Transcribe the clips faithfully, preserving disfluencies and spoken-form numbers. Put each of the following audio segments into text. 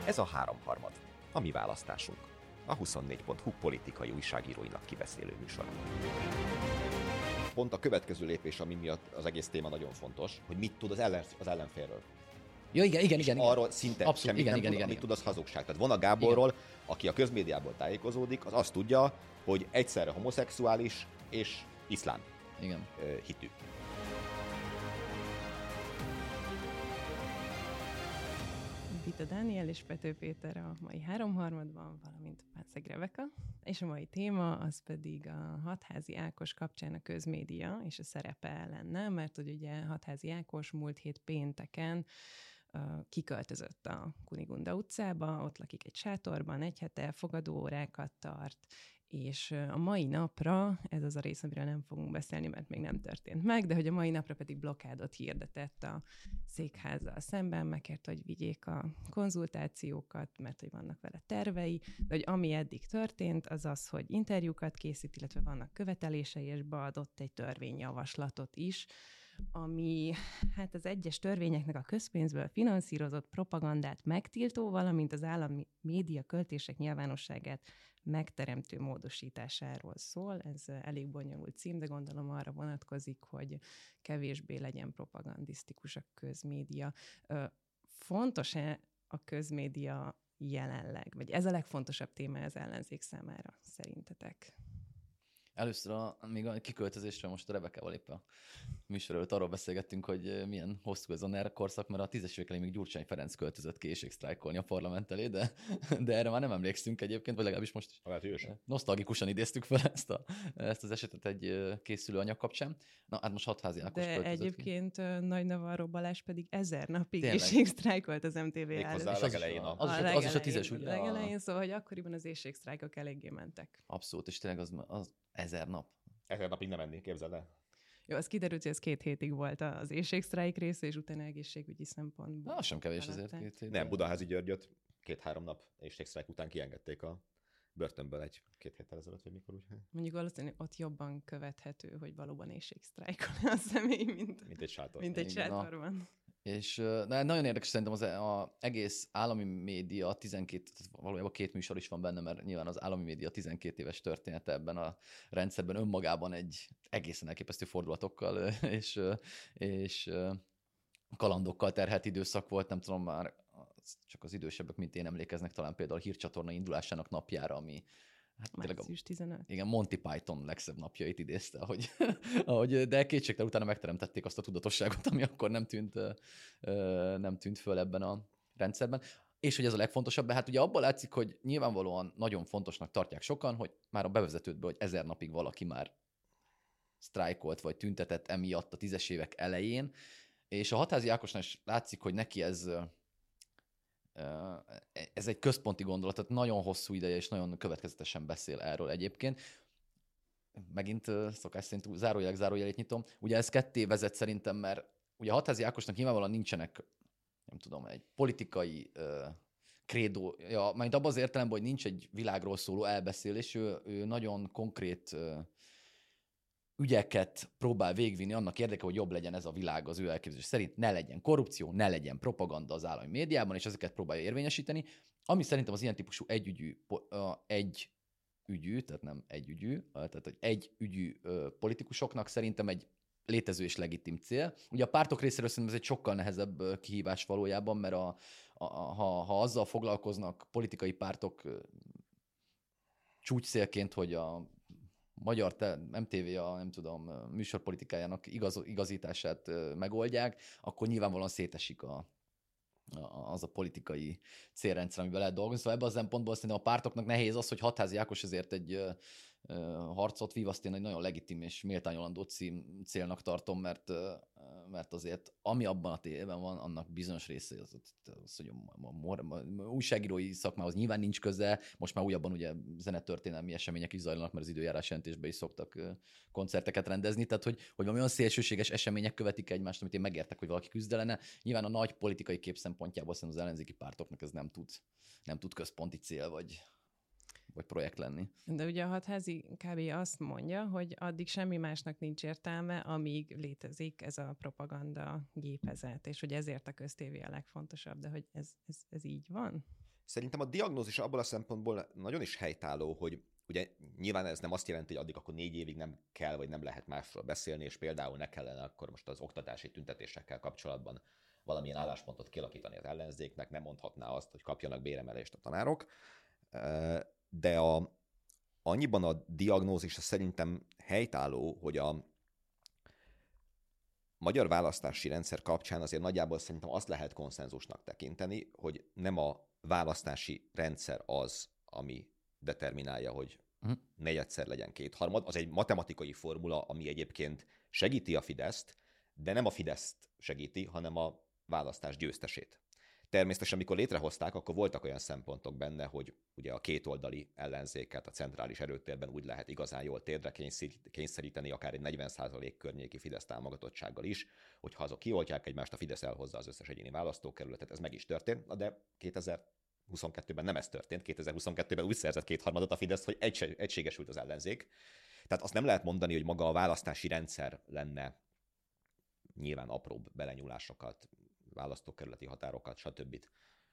Ez a háromharmad, a mi választásunk, a huszonnégy pont hu politikai újságíróinak kibeszélő műsor. Pont a következő lépés, ami miatt az egész téma nagyon fontos, hogy mit tud az, ellen, az ellenfélről. Ja, igen, igen, igen. Arról igen. szinte Abszolút, semmit igen, nem igen, tud, igen, amit igen. tud, az hazugság. Tehát Vona Gáborról, Igen. aki a közmédiából tájékozódik, az azt tudja, hogy egyszerre homoszexuális és iszlám Igen. hitű. Vita Dániel és Pető Péter a mai háromharmadban, valamint Pánceg Rebeka, és a mai téma az pedig a Hatházi Ákos kapcsán a közmédia és a szerepe lenne, mert hogy ugye Hatházi Ákos múlt hét pénteken uh, kiköltözött a Kunigunda utcába, ott lakik egy sátorban, egy hete fogadóórákat tart, és a mai napra, ez az a rész, amiről nem fogunk beszélni, mert még nem történt meg, de hogy a mai napra pedig blokkádot hirdetett a székházzal szemben, megkért, hogy vigyék a konzultációkat, mert hogy vannak vele tervei, de hogy ami eddig történt, az az, hogy interjúkat készít, illetve vannak követelései, és beadott egy törvényjavaslatot is, ami hát az egyes törvényeknek a közpénzből finanszírozott propagandát megtiltó, valamint az állami média költések nyilvánosságát megteremtő módosításáról szól. Ez elég bonyolult cím, de gondolom arra vonatkozik, hogy kevésbé legyen propagandisztikus a közmédia. Fontos-e a közmédia jelenleg? Vagy ez a legfontosabb téma az ellenzék számára, szerintetek? Először a, még a kiköltözésről most a Rebekával épp a műsor előtt arról beszélgettünk, hogy milyen hosszú ez a NER korszak, mert a tízes évek elején még Gyurcsány Ferenc költözött ki éjségsztrájkolni a parlament elé, de, de erre már nem emlékszünk egyébként, vagy legalábbis most is Hát, nosztalgikusan idéztük fel ezt, a, ezt az esetet egy készülő anyag kapcsán. Na, hát most Hatházi Ákos de költözött egyébként ki. Nagy Navarro Balázs pedig ezer napig Tényleg. éjségsztrájkolt az em té vé előtt. Méghozzá a legelején. Az, A... az, az, az is a tízes, ugye? Legelején, szóval, hogy akkoriban az éjségsztrájkok eléggé mentek. Abszolút, és tényleg az, az ezer nap. Ezer napig nem menni, képzeld el. Jó, az kiderült, hogy ez két hétig volt az éjségsztrájk része, és utána egészségügyi szempontból. Na, az sem kevés azért. Két hét. Nem, Budaházi Györgyöt két-három nap éjségsztrájk után kiengedték a börtönből egy-két héttel ezelőtt, vagy mikor úgy. Mondjuk valószínűleg ott jobban követhető, hogy valóban éjségsztrájkol a személy, mint, mint egy sátor. Mint egy Igen, sátorban. És de nagyon érdekes szerintem az a egész állami média tizenkét, valójában két műsor is van benne, mert nyilván az állami média tizenkét éves története ebben a rendszerben önmagában egy egészen elképesztő fordulatokkal és, és kalandokkal terhelt időszak volt, nem tudom már, csak az idősebbek, mint én emlékeznek talán például a hírcsatorna indulásának napjára, ami hát március tizenötödike. Igen, Monty Python legszebb napjait idézte, ahogy, ahogy, de kétségtelen utána megteremtették azt a tudatosságot, ami akkor nem tűnt, nem tűnt föl ebben a rendszerben. És hogy ez a legfontosabb, hát ugye abban látszik, hogy nyilvánvalóan nagyon fontosnak tartják sokan, hogy már a bevezetődből, hogy ezer napig valaki már sztrájkolt, vagy tüntetett emiatt a tízes évek elején, és a Hatházi Ákosnál is látszik, hogy neki ez ez egy központi gondolat, tehát nagyon hosszú ideje és nagyon következetesen beszél erről egyébként. Megint szokás szerint zárójelek zárójelét nyitom. Ugye ez ketté vezet szerintem, mert ugye a Hatházi Ákosnak nyilvánvalóan nincsenek, nem tudom, egy politikai uh, krédója, majd abban az értelemben, hogy nincs egy világról szóló elbeszélés, ő, ő nagyon konkrét uh, ügyeket próbál végvinni annak érdeke, hogy jobb legyen ez a világ az ő elképzelés szerint, ne legyen korrupció, ne legyen propaganda az állami médiában, és ezeket próbálja érvényesíteni, ami szerintem az ilyen típusú együgyű, egy ügyű, tehát nem együgyű, tehát hogy egy ügyű politikusoknak szerintem egy létező és legitim cél. Ugye a pártok részéről szerintem ez egy sokkal nehezebb kihívás valójában, mert a, a, ha, ha azzal foglalkoznak politikai pártok csúcscélként, hogy a magyar em té vé a, nem tudom, műsorpolitikájának igaz, igazítását megoldják, akkor nyilvánvalóan szétesik a, a, az a politikai célrendszer, amiben lehet dolgozni. Szóval ebben a szempontból szerintem a pártoknak nehéz az, hogy Hatházi Ákos ezért egy uh, harcot vív, azt én egy nagyon legitim és méltányolandó cím, célnak tartom, mert, uh, mert azért ami abban a tévében van, annak bizonyos része az, az hogy a, a, a, a újságírói szakmához nyilván nincs köze, most már újabban ugye zenetörténelmi események is zajlanak, mert az időjárás jelentésben is szoktak uh, koncerteket rendezni, tehát hogy, hogy olyan szélsőséges események követik egymást, amit én megértek, hogy valaki küzdelene. Nyilván a nagy politikai kép szempontjából szerintem az ellenzéki pártoknak ez nem tud, nem tud központi cél vagy, vagy projekt lenni. De ugye a Hatházi kb. Azt mondja, hogy addig semmi másnak nincs értelme, amíg létezik ez a propaganda gépezet, és hogy ezért a köztévé a legfontosabb, de hogy ez, ez, ez így van? Szerintem a diagnózis abból a szempontból nagyon is helytálló, hogy ugye nyilván ez nem azt jelenti, hogy addig akkor négy évig nem kell, vagy nem lehet másról beszélni, és például ne kellene akkor most az oktatási tüntetésekkel kapcsolatban valamilyen álláspontot kialakítani az ellenzéknek, nem mondhatná azt, hogy kapjanak béremelést a tanárok. De a, annyiban a diagnózis szerintem helytálló, hogy a magyar választási rendszer kapcsán azért nagyjából szerintem azt lehet konszenzusnak tekinteni, hogy nem a választási rendszer az, ami determinálja, hogy uh-huh. negyedszer legyen kétharmad. Az egy matematikai formula, ami egyébként segíti a Fideszt, de nem a Fideszt segíti, hanem a választás győztesét. Természetesen, amikor létrehozták, akkor voltak olyan szempontok benne, hogy ugye a kétoldali ellenzéket a centrális erőtérben úgy lehet igazán jól térdre kényszeríteni, akár egy negyven százalék környéki Fidesz támogatottsággal is, hogyha azok kioltják egymást, a Fidesz elhozza az összes egyéni választókerületet, ez meg is történt, de kétezer-huszonkettőben nem ez történt, kétezer-huszonkettőben úgy szerzett kétharmadot a Fidesz, hogy egységesült az ellenzék. Tehát azt nem lehet mondani, hogy maga a választási rendszer lenne nyilván apróbb belenyúlásokat, választókerületi határokat, stb.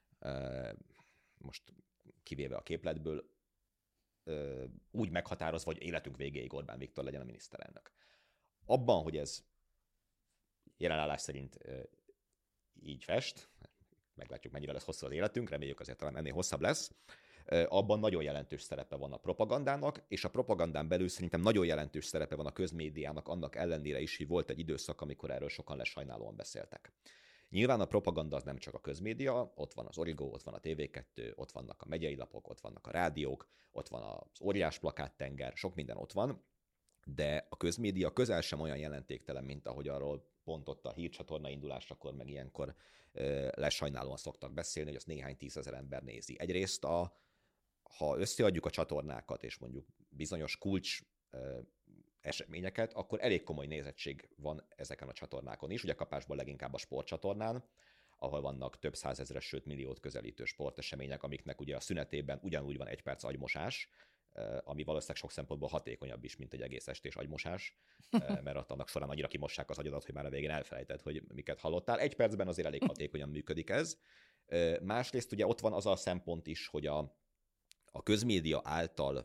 Most kivéve a képletből, úgy meghatározva, hogy életünk végéig Orbán Viktor legyen a miniszterelnök. Abban, hogy ez jelenállás szerint így fest, meglátjuk, mennyire lesz hosszú az életünk, reméljük azért talán ennél hosszabb lesz, abban nagyon jelentős szerepe van a propagandának, és a propagandán belül szerintem nagyon jelentős szerepe van a közmédiának, annak ellenére is, hogy volt egy időszak, amikor erről sokan lesajnálóan beszéltek. Nyilván a propaganda az nem csak a közmédia, ott van az Origo, ott van a té vé kettő, ott vannak a megyei lapok, ott vannak a rádiók, ott van az óriás plakáttenger, sok minden ott van, de a közmédia közel sem olyan jelentéktelen, mint ahogy arról pont ott a hírcsatorna indulásakor, meg ilyenkor ö, lesajnálóan szoktak beszélni, hogy azt néhány tízezer ember nézi. Egyrészt, a, ha összeadjuk a csatornákat, és mondjuk bizonyos kulcs ö, eseményeket, akkor elég komoly nézettség van ezeken a csatornákon is. Ugye kapásból leginkább a sportcsatornán, ahol vannak több százezres, sőt milliót közelítő sportesemények, amiknek ugye a szünetében ugyanúgy van egy perc agymosás, ami valószínűleg sok szempontból hatékonyabb is, mint egy egész estés agymosás, mert annak során annyira kimossák az agyadat, hogy már a végén elfelejted, hogy miket hallottál. Egy percben azért elég hatékonyan működik ez. Másrészt ugye ott van az a szempont is, hogy a, a közmédia által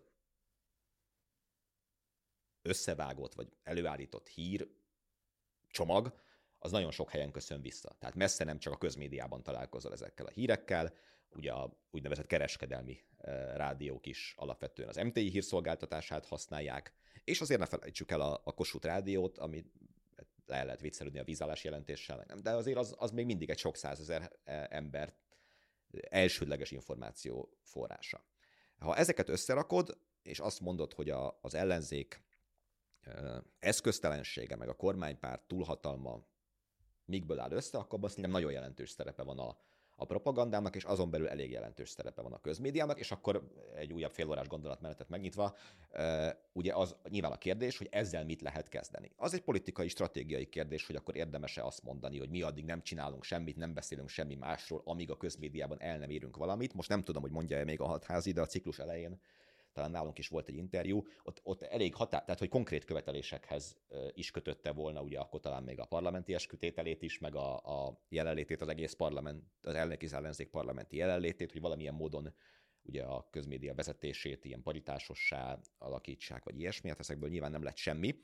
összevágott, vagy előállított hír csomag, az nagyon sok helyen köszön vissza. Tehát messze nem csak a közmédiában találkozol ezekkel a hírekkel, ugye a úgynevezett kereskedelmi rádiók is alapvetően az em té i hírszolgáltatását használják, és azért ne felejtsük el a, a Kossuth rádiót, ami le lehet viccelődni a vízállás jelentéssel, nem, de azért az, az még mindig egy sok százezer ember elsődleges információ forrása. Ha ezeket összerakod, és azt mondod, hogy a, az ellenzék eszköztelensége, meg a kormánypárt túlhatalma mikből áll össze, akkor abban szerintem nagyon jelentős szerepe van a, a propagandának, és azon belül elég jelentős szerepe van a közmédiának, és akkor egy újabb félórás gondolatmenetet megnyitva, ugye az nyilván a kérdés, hogy ezzel mit lehet kezdeni. Az egy politikai, stratégiai kérdés, hogy akkor érdemes-e azt mondani, hogy mi addig nem csinálunk semmit, nem beszélünk semmi másról, amíg a közmédiában el nem érünk valamit. Most nem tudom, hogy mondja-e még a hatházi, de a ciklus elején talán nálunk is volt egy interjú, ott, ott elég határ, tehát hogy konkrét követelésekhez is kötötte volna, ugye akkor talán még a parlamenti eskütételét is, meg a, a jelenlétét, az egész parlament, az elnöki ellenzék parlamenti jelenlétét, hogy valamilyen módon ugye a közmédia vezetését ilyen paritásossá alakítsák, vagy ilyesmi, hát ezekből nyilván nem lett semmi.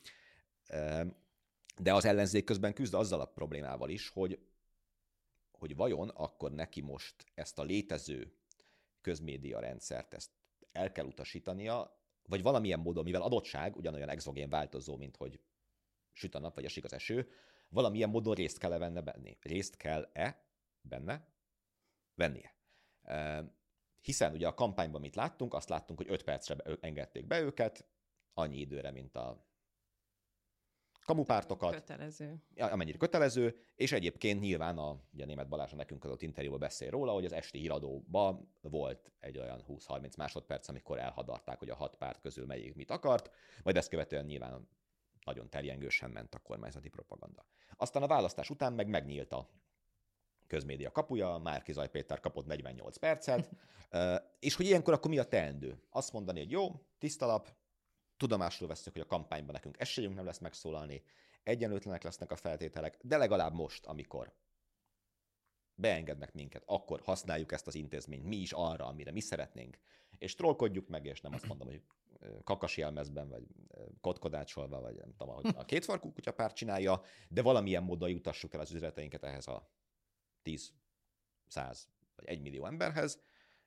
De az ellenzék közben küzd azzal a problémával is, hogy, hogy vajon akkor neki most ezt a létező közmédia rendszert, ezt el kell utasítania, vagy valamilyen módon, mivel adottság ugyanolyan exogén változó, mint hogy süt a nap, vagy esik az eső, valamilyen módon részt kell-e benne benni? Részt kell-e benne vennie? E, hiszen ugye a kampányban mit láttunk? Azt láttunk, hogy öt percre engedték be őket, annyi időre, mint a kamupártokat. Kötelező. Amennyire kötelező, és egyébként nyilván a, ugye a Németh Balázs a nekünk adott interjúban beszél róla, hogy az esti híradóban volt egy olyan húsz-harminc másodperc, amikor elhadarták, hogy a hat párt közül melyik mit akart, majd ezt követően nyilván nagyon terjengősen ment a kormányzati propaganda. Aztán a választás után meg megnyílt a közmédia kapuja, Márki-Zay Péter kapott negyvennyolc percet, és hogy ilyenkor akkor mi a teendő? Azt mondani, hogy jó, tiszta lap, tudomásul veszük, hogy a kampányban nekünk esélyünk nem lesz megszólalni, egyenlőtlenek lesznek a feltételek, de legalább most, amikor beengednek minket, akkor használjuk ezt az intézményt mi is arra, amire mi szeretnénk, és trollkodjuk meg, és nem azt mondom, hogy kakas jelmezben, vagy kotkodácsolva, vagy nem tudom, ahogy a kétfarkú kutyapár csinálja, de valamilyen módon jutassuk el az üzeneteinket ehhez a tíz, száz vagy egy millió emberhez,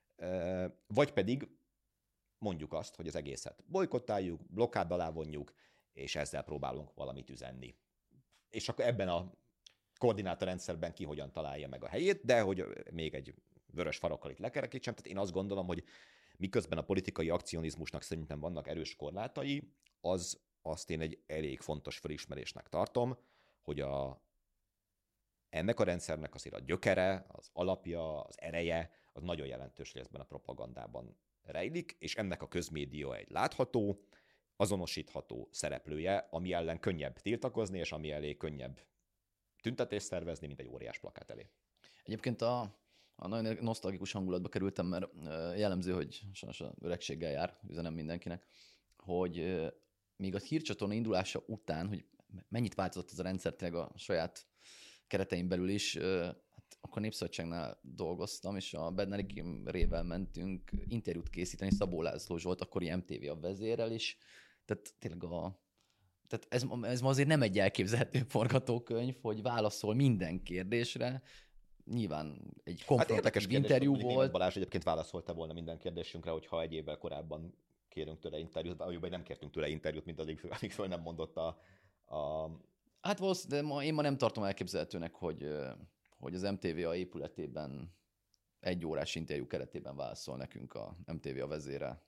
vagy pedig mondjuk azt, hogy az egészet bolykottáljuk, blokkád alá vonjuk, és ezzel próbálunk valamit üzenni. És akkor ebben a koordinátorrendszerben ki hogyan találja meg a helyét, de hogy még egy vörös farokkal itt lekerekítsem, tehát én azt gondolom, hogy miközben a politikai akcionizmusnak szerintem vannak erős korlátai, az azt én egy elég fontos felismerésnek tartom, hogy a, ennek a rendszernek azért a gyökere, az alapja, az ereje, az nagyon jelentős részben a propagandában rejlik, és ennek a közmédia egy látható, azonosítható szereplője, ami ellen könnyebb tiltakozni, és ami elé könnyebb tüntetést szervezni, mint egy óriás plakát elé. Egyébként a, a nagyon nosztalgikus hangulatba kerültem, mert jellemző, hogy sajnos az öregséggel jár, üzenem mindenkinek, hogy még a hírcsatorna indulása után, hogy mennyit változott ez a rendszer tényleg a saját keretein belül is, hát akkor Népszabadságnál dolgoztam, és a Bednári Rével mentünk interjút készíteni Szabó László Zsolt, akkori em té vé a vezérrel is, tehát tényleg a Tehát ez, ez ma azért nem egy elképzelhető forgatókönyv, hogy válaszol minden kérdésre. Nyilván egy konfrontatív hát interjú kérdés, volt. Balázs egyébként válaszolta volna minden kérdésünkre, hogyha egy évvel korábban kérünk tőle interjút, vagy nem kértünk tőle interjút, mint addig, amíg föl nem mondott a... a... Hát valószínűleg, de ma, én ma nem tartom elképzelhetőnek, hogy, hogy az em té vé á épületében egy órás interjú keretében válaszol nekünk a em té vé á vezére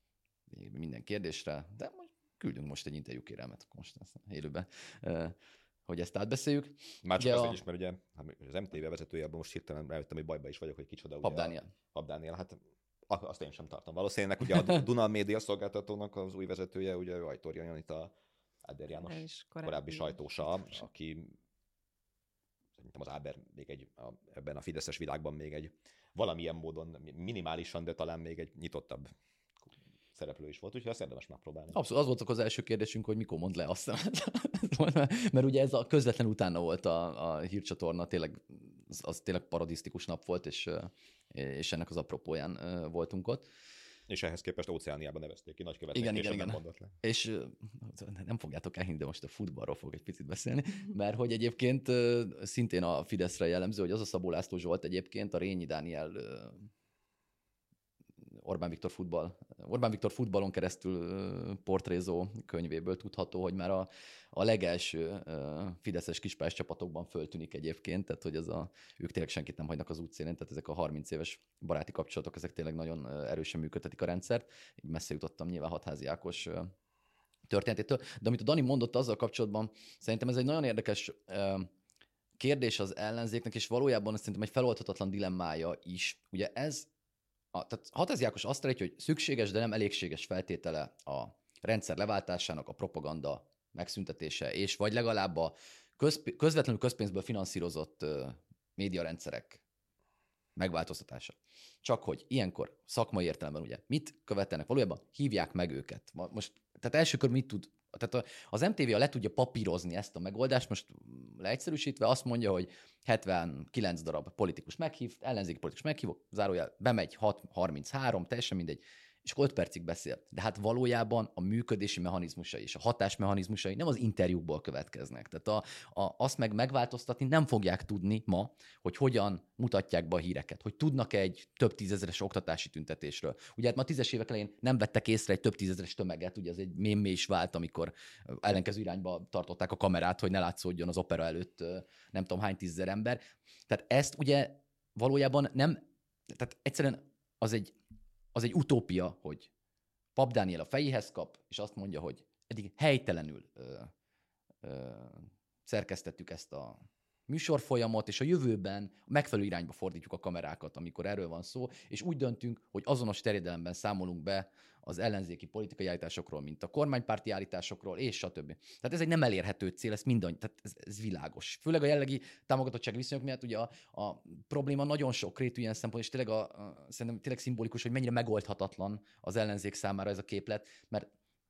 minden kérdésre, de most küldünk most egy interjú kérelmet, akkor most ezt élőben, hogy ezt átbeszéljük. Már csak azért a... is, mert ugye az em té vé vezetője, abban most hirtelen rájöttem, hogy bajba is vagyok, hogy kicsoda. Pap Dániel. Pap Dániel, hát azt én sem tartom. Valószínűleg ugye a Duna média szolgáltatónak az új vezetője, ugye Ajtor Janita, Áder János korábbi, korábbi sajtósa, aki szerintem az Áder még egy, a, ebben a fideszes világban még egy valamilyen módon minimálisan, de talán még egy nyitottabb szereplő is volt, úgyhogy azt érdemes megpróbálni. Abszolút, az volt az első kérdésünk, hogy mikor mond le azt. Mert ugye ez a közvetlen utána volt a, a hírcsatorna, tényleg, az, az tényleg paradisztikus nap volt, és, és ennek az apropóján voltunk ott. És ehhez képest Óceániában nevezték ki nagykövetnek, igen, és igen, igen. Nem mondott le. És nem fogjátok elhinni, de most a futballról fogok egy picit beszélni, mert hogy egyébként szintén a Fideszre jellemző, hogy az a Szabó László Zsolt egyébként a Rényi Dániel Orbán Viktor futball, Orbán Viktor futballon keresztül portrézó könyvéből tudható, hogy már a, a legelső fideszes kispályás csapatokban föltűnik egyébként, tehát hogy ez a, ők tényleg senkit nem hagynak az útszélén, tehát ezek a harminc éves baráti kapcsolatok, ezek tényleg nagyon erősen működtetik a rendszert. Így messze jutottam nyilván Hatházi Ákos történetétől. De amit a Dani mondott azzal kapcsolatban, szerintem ez egy nagyon érdekes kérdés az ellenzéknek, és valójában szerintem egy feloldhatatlan dilemmája is. Ugye ez A, tehát Hatházi Ákos azt állítja, hogy szükséges, de nem elégséges feltétele a rendszer leváltásának a propaganda megszüntetése, és vagy legalább a közp- közvetlenül közpénzből finanszírozott uh, médiarendszerek megváltoztatása. Csak hogy ilyenkor szakmai értelemben ugye mit követelnek? Valójában hívják meg őket. Most, tehát első kör mit tud? Tehát az em té vé le tudja papírozni ezt a megoldást, most leegyszerűsítve azt mondja, hogy hetvenkilenc darab politikus meghív, ellenzéki politikus meghívok, zárójel, bemegy hat harminchárom, teljesen mindegy, és öt percig beszél. De hát valójában a működési mechanizmusai és a hatásmechanizmusai nem az interjúkból következnek. Tehát a, a, azt meg megváltoztatni nem fogják tudni ma, hogy hogyan mutatják be a híreket, hogy tudnak egy több tízezeres oktatási tüntetésről. Ugye hát ma a tízes évek elején nem vettek észre egy több tízezeres tömeget, ugye ez egy mémé is vált, amikor ellenkező irányba tartották a kamerát, hogy ne látszódjon az opera előtt nem tudom hány tízezer ember. Tehát ezt ugye valójában nem, tehát egyszerűen az egy az egy utópia, hogy Pap Dániel a fejéhez kap, és azt mondja, hogy eddig helytelenül ö, ö, szerkesztettük ezt a műsorfolyamot, és a jövőben megfelelő irányba fordítjuk a kamerákat, amikor erről van szó, és úgy döntünk, hogy azonos terjedelemben számolunk be az ellenzéki politikai állításokról, mint a kormánypárti állításokról, és stb. Tehát ez egy nem elérhető cél, ez mindannyi, tehát ez, ez világos. Főleg a jellegi támogatottság viszonyok miatt ugye a, a probléma nagyon sokrétű ilyen szempont, és tényleg, a, a, szerintem tényleg szimbolikus, hogy mennyire megoldhatatlan az ellenzék számára ez a képlet, mert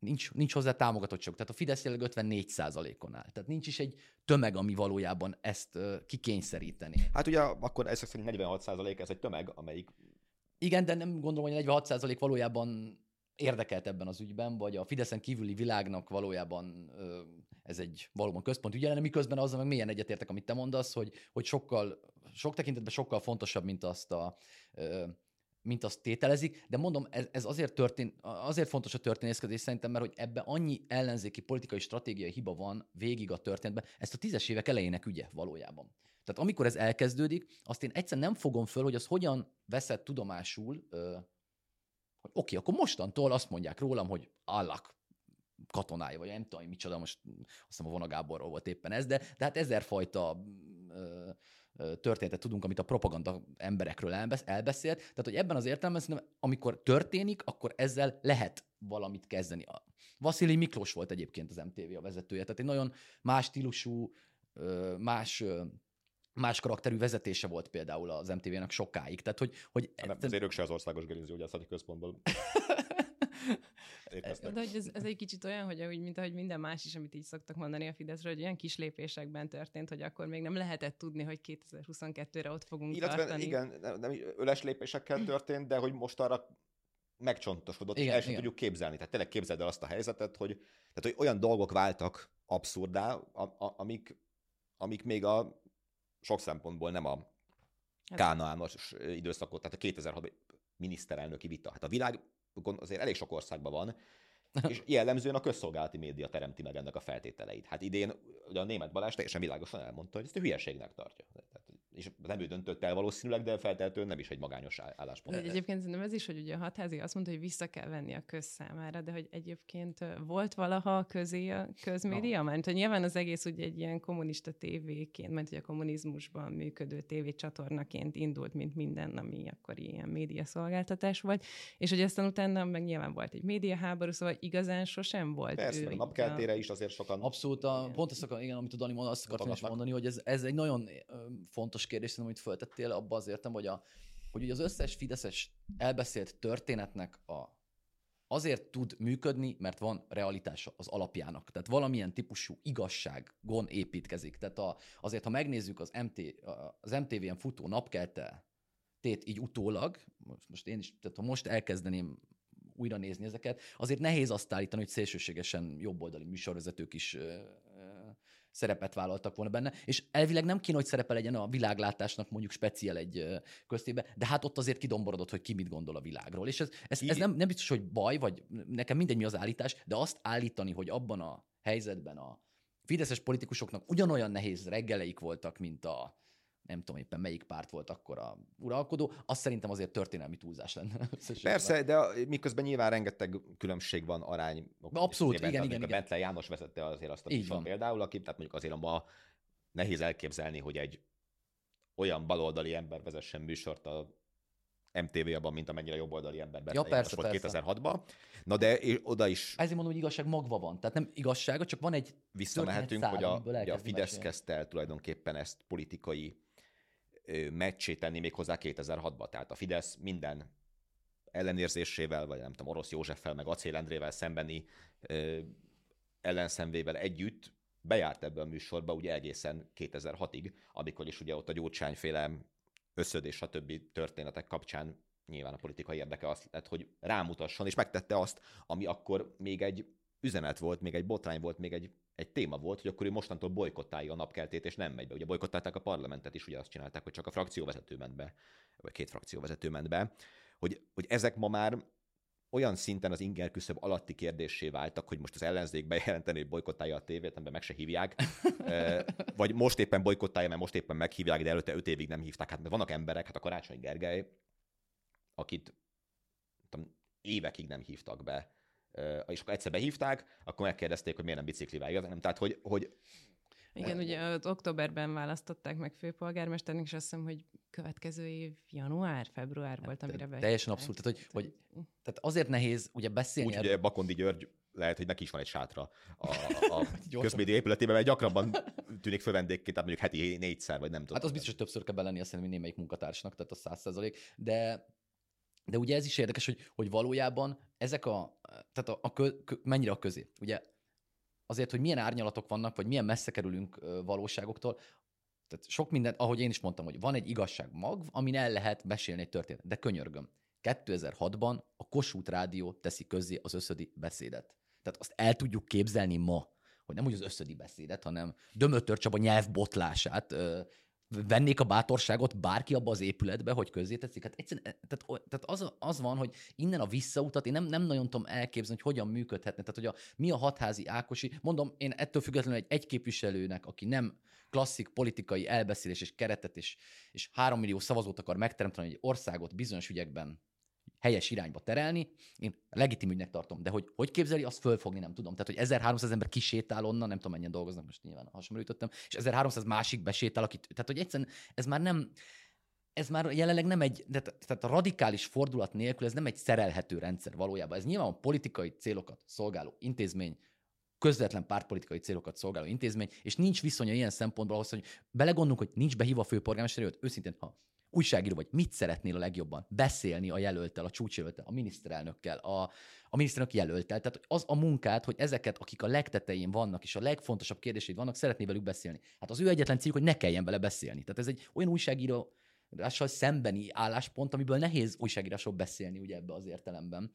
nincs, nincs hozzá támogatottság. Tehát a Fidesz jelenleg ötvennégy százalékon áll. Tehát nincs is egy tömeg, ami valójában ezt uh, kikényszeríteni. Hát ugye akkor ezek szerint negyvenhat százalék ez egy tömeg, amelyik... Igen, de nem gondolom, hogy negyvenhat százalék valójában érdekelt ebben az ügyben, vagy a Fideszen kívüli világnak valójában uh, ez egy valóban központi ügy, miközben azzal meg mélyen egyetértek, amit te mondasz, hogy, hogy sokkal, sok tekintetben sokkal fontosabb, mint azt a... Uh, mint azt tételezik, de mondom, ez, ez azért, történ, azért fontos a történészkedés szerintem, mert hogy ebben annyi ellenzéki politikai stratégiai hiba van végig a történetben, ezt a tízes évek elejének ügye valójában. Tehát amikor ez elkezdődik, azt én egyszerűen nem fogom föl, hogy az hogyan veszed tudomásul, hogy oké, okay, akkor mostantól azt mondják rólam, hogy állak katonája, vagy nem tudom, micsoda, most azt hiszem a Vona Gáborról volt éppen ez, de, de hát ezerfajta történetet tudunk, amit a propaganda emberekről elbeszélt. Tehát, hogy ebben az értelemben, amikor történik, akkor ezzel lehet valamit kezdeni. Vasilij Miklós volt egyébként az em té vé a vezetője, tehát egy nagyon más stílusú, más, más karakterű vezetése volt például az em té vének sokáig. Tehát, hogy, hogy nem, azért ők se az Országos Gerincgyógyászati Központból. De hogy ez, ez egy kicsit olyan, hogy ahogy, mint ahogy minden más is, amit így szoktak mondani a Fideszről, hogy olyan kis lépésekben történt, hogy akkor még nem lehetett tudni, hogy kétezer-huszonkettőre ott fogunk illetve, tartani. Igen, nem, nem öles lépésekkel történt, de hogy most arra megcsontosodott, igen, és el sem igen. tudjuk képzelni. Tehát tényleg képzeld el azt a helyzetet, hogy, tehát, hogy olyan dolgok váltak abszurdá, a, a, amik, amik még a sok szempontból nem a kánaános időszakot, tehát a kétezer-hat miniszterelnöki vita. Hát a világ azért elég sok országban van, és jellemzően a közszolgálati média teremti meg ennek a feltételeit. Hát idén ugye a Németh Balázs teljesen világosan elmondta, hogy ezt a hülyeségnek tartja. Tehát, és nem ő döntött el valószínűleg, de feltétlenül nem is egy magányos álláspont. De egyébként szerintem ez is, hogy ugye a hatházi azt mondta, hogy vissza kell venni a közszámára, de hogy egyébként volt valaha közé a közmédia? No. Mert hogy nyilván az egész ugye egy ilyen kommunista tévéként, mert hogy a kommunizmusban működő tévécsatornaként indult, mint minden, ami akkor ilyen médiaszolgáltatás volt, és hogy aztán utána meg nyilván volt egy médiaháború, szóval igazán sosem volt. Persze, a napkeltére a... is azért sokan... Abszolút, a, pont ezt akar, igen, amit a Dani mond, azt akartam is mondani, hogy ez, ez egy nagyon fontos kérdés, amit föltettél, abban az értem, hogy, a, hogy ugye az összes fideszes elbeszélt történetnek a, azért tud működni, mert van realitása az alapjának. Tehát valamilyen típusú igazságon építkezik. Tehát a, azért, ha megnézzük az, em té, az em té vén futó napkelte tét így utólag, most, most én is, tehát ha most elkezdeném újra nézni ezeket, azért nehéz azt állítani, hogy szélsőségesen jobboldali műsorvezetők is ö, ö, szerepet vállaltak volna benne, és elvileg nem kéne, hogy szerepe legyen a világlátásnak mondjuk speciál egy ö, köztébe, de hát ott azért kidomborodott, hogy ki mit gondol a világról. És ez, ez, ez nem, nem biztos, hogy baj, vagy nekem mindegy mi az állítás, de azt állítani, hogy abban a helyzetben a fideszes politikusoknak ugyanolyan nehéz reggeleik voltak, mint a nem tudom éppen melyik párt volt akkor a uralkodó, azt szerintem azért történelmi túlzás lenne. Persze, de miközben nyilván rengeteg különbség van arány. Abszolút, igen, igen, igen. A Bentley János vezette azért azt a műsor például, aki, tehát mondjuk azért ma nehéz elképzelni, hogy egy olyan baloldali ember vezessen műsort a em té vé-ban, mint amennyire jobboldali ember Bentley ja, persze, volt persze. kétezer-hatban. Na de oda is... Ezért mondom, hogy igazság magva van. Tehát nem igazsága, csak van egy... Visszamehetünk, hogy a, a Fidesz mesélni. Kezdte el tulajdonképpen ezt politikai meccsé tenni még hozzá kétezer-hatban. Tehát a Fidesz minden ellenérzésével, vagy nem tudom, Orosz Józseffel, meg Acél Endrével szembeni ö, ellenszenvével együtt bejárt ebbe a műsorba ugye egészen kétezer-hatig, amikor is ugye ott a Gyurcsányféle összödés, stb. Történetek kapcsán nyilván a politikai érdeke az lett, hogy rámutasson, és megtette azt, ami akkor még egy üzenet volt, még egy botrány volt, még egy, egy téma volt, hogy akkor ő mostantól bolykottálja a napkeltét, és nem megy be. Ugye bolykottálták a parlamentet is, ugye azt csinálták, hogy csak a frakcióvezető ment be, vagy két frakcióvezető ment be, hogy, hogy ezek ma már olyan szinten az inger küszöb alatti kérdéssé váltak, hogy most az ellenzék bejelenteni, hogy bolykottálja a tévét, amiben meg se hívják, vagy most éppen bolykottálja, mert most éppen meghívják, de előtte öt évig nem hívták. Hát mert vannak emberek, hát a Karácsony Gergely, akit tudom, évekig nem hívtak be, és akkor egyszer behívták, akkor megkérdezték, hogy miért nem biciklivel igaz, nem? Tehát, hogy, hogy igen, ugye az októberben választották meg főpolgármesternek, és azt hiszem, hogy következő év január, február volt, amire be. Teljesen abszolút. Tehát, hogy, hogy, tehát azért nehéz ugye beszélni. Úgy, ugye Bakondi György lehet, hogy neki is van egy sátra a, a közmédia épületében, mert gyakrabban tűnik fövendékként, tehát mondjuk heti négyszer, vagy nem tudom. Hát az biztos, hogy többször kell belenni, azt hiszem, hogy némelyik munkatársnak, tehát a száz százalék, de De ugye ez is érdekes, hogy, hogy valójában ezek a, tehát a, a kö, kö, mennyire a közé. Ugye azért, hogy milyen árnyalatok vannak, vagy milyen messze kerülünk valóságoktól, tehát sok mindent, ahogy én is mondtam, hogy van egy igazság mag, amin el lehet mesélni egy történetet. De könyörgöm, kétezer-hatban a Kossuth Rádió teszi közzé az Összödi beszédet. Tehát azt el tudjuk képzelni ma, hogy nem úgy az Összödi beszédet, hanem Dömötör Csaba nyelvbotlását ö, vennék a bátorságot bárki abba az épületbe, hogy közzéteszik. Hát egyszerűen, tehát, tehát az, az van, hogy innen a visszautat én nem, nem nagyon tudom elképzelni, hogy hogyan működhetne. Tehát, hogy a, mi a hatházi Ákosi, mondom, én ettől függetlenül egy, egy képviselőnek, aki nem klasszik politikai elbeszélés és keretet, és, és három millió szavazót akar megteremteni, egy országot bizonyos ügyekben helyes irányba terelni, én legitim ügynek tartom, de hogy hogy képzeli, azt fölfogni nem tudom. Tehát, hogy ezerháromszáz ember kisétál onnan, nem tudom, mennyien dolgoznak, most nyilván hasonlítottam, és ezerháromszáz másik besétál, akit, tehát, hogy egyszerűen ez már nem, ez már jelenleg nem egy, tehát a radikális fordulat nélkül ez nem egy szerelhető rendszer valójában. Ez nyilván a politikai célokat szolgáló intézmény, közvetlen pártpolitikai célokat szolgáló intézmény, és nincs viszonya ilyen szempontból ahhoz, hogy belegondolunk, hogy nincs behívva a főpolgármester előtt, őszintén, ha újságíró vagy, mit szeretnél a legjobban? Beszélni a jelölttel, a csúcsjelölttel, a miniszterelnökkel, a, a miniszterelnök jelölttel. Tehát az a munkát, hogy ezeket, akik a legtetején vannak, és a legfontosabb kérdéseid vannak, szeretné velük beszélni. Hát az ő egyetlen céljuk, hogy ne kelljen vele beszélni. Tehát ez egy olyan újságírással szembeni álláspont, amiből nehéz újságírásról beszélni, ugye ebbe az értelemben.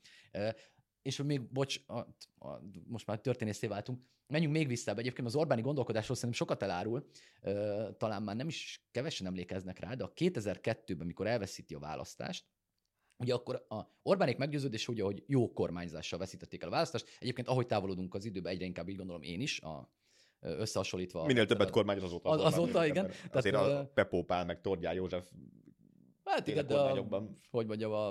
És még, bocs, a, a, most már történészé váltunk, menjünk még vissza, egyébként az Orbáni gondolkodásról szerintem sokat elárul, ö, talán már nem is kevesen emlékeznek rá, de a kétezer-kettőben, mikor elveszíti a választást, ugye akkor a Orbánék meggyőződése ugye, hogy jó kormányzással veszítették el a választást. Egyébként ahogy távolodunk az időben, egyre inkább így gondolom én is, a, összehasonlítva. Minél többet kormányoz azóta. Az, azóta, igen. Tehát, azért a Pepó Pál, meg Tordján József hát igen, de a, hogy mondjam, a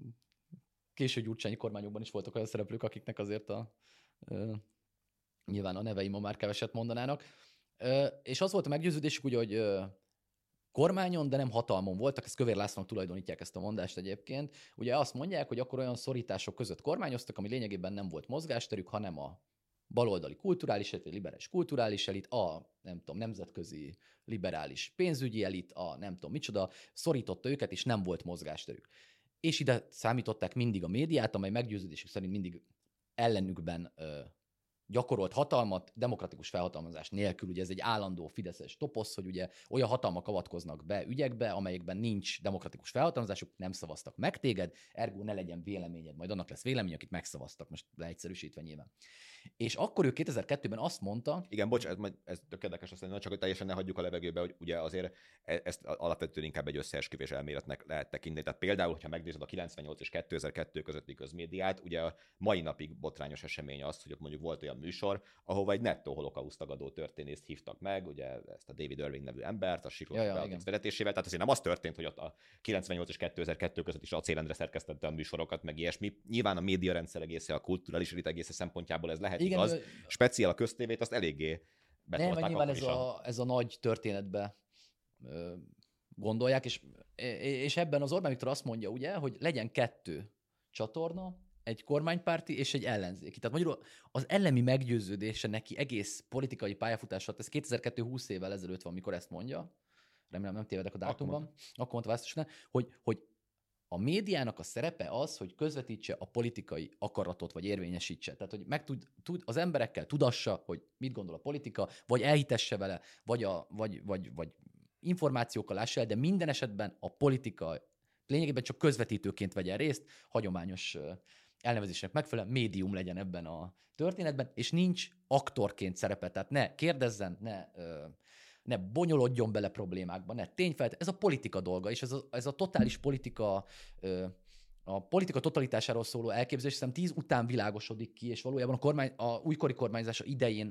késő gyurcsányi kormányokban is voltak olyan szereplők, akiknek azért a ö, nyilván a nevei ma már keveset mondanának. Ö, és az volt a meggyőződésük, ugye, hogy ö, kormányon, de nem hatalmon voltak, ezt Kövér Lászlónak tulajdonítják ezt a mondást egyébként. Ugye azt mondják, hogy akkor olyan szorítások között kormányoztak, ami lényegében nem volt mozgásterük, hanem a baloldali kulturális elit, liberális kulturális elit, a nem tudom, nemzetközi liberális pénzügyi elit, a nem tudom micsoda, szorította őket, és nem volt mozgásterük. És ide számították mindig a médiát, amely meggyőződésük szerint mindig ellenükben ö, gyakorolt hatalmat, demokratikus felhatalmazás nélkül. Ugye ez egy állandó fideszes toposz, hogy ugye olyan hatalmak avatkoznak be ügyekbe, amelyekben nincs demokratikus felhatalmazásuk, nem szavaztak meg téged, ergo ne legyen véleményed, majd annak lesz vélemény, akit megszavaztak, most leegyszerűsítve nyilván. És akkor ő kétezer-kettőben azt mondta... Igen, bocs, ez, ez tök érdekes, azt mondani, csak hogy teljesen ne hagyjuk a levegőbe, hogy ugye azért ezt alapvetően inkább egy összeesküvés elméletnek lehet tekinteni. Tehát például, hogyha megnézed a kilencvennyolc és kétezer-kettő közötti közmédiát, ugye a mai napig botrányos esemény az, hogy ott mondjuk volt olyan műsor, ahova egy nettó holokauszt tagadó történészt hívtak meg, ugye ezt a David Irving nevű embert, a Siklós ja, ja, vezetésével. Tehát azért nem az történt, hogy ott a kilencvennyolc és kétezer-kettő között is a Acélendre szerkesztette a műsorokat, meg ilyesmi. Nyilván a médiarendszer egésze, a kulturális elit egésze szempontjából ez lehet igen, igaz. Ő... Speciál a köztévét, azt eléggé betolták. Nem, nyilván ez a, ez a nagy történetbe ö, gondolják, és, és ebben az Orbán Viktor azt mondja, ugye, hogy legyen kettő csatorna, egy kormánypárti és egy ellenzéki. Tehát magyarul az ellemi meggyőződése neki egész politikai pályafutása, ez kétezer-kettő húsz évvel ezelőtt van, mikor ezt mondja, remélem nem tévedek a dátumban, akkor, akkor mondta választásnál, hogy, hogy a médiának a szerepe az, hogy közvetítse a politikai akaratot, vagy érvényesítse. Tehát, hogy meg tud, tud, az emberekkel tudassa, hogy mit gondol a politika, vagy elhitesse vele, vagy, a, vagy, vagy, vagy információkkal lássa el, de minden esetben a politika lényegében csak közvetítőként vegyen részt, hagyományos elnevezésnek megfelelően médium legyen ebben a történetben, és nincs aktorként szerepe, tehát ne kérdezzen, ne, ne bonyolodjon bele problémákba, ne tényfelt. Ez a politika dolga, és ez a, ez a totális politika, a politika totalitásáról szóló elképzelés, hiszem tíz után világosodik ki, és valójában a, kormány, a újkori kormányzása idején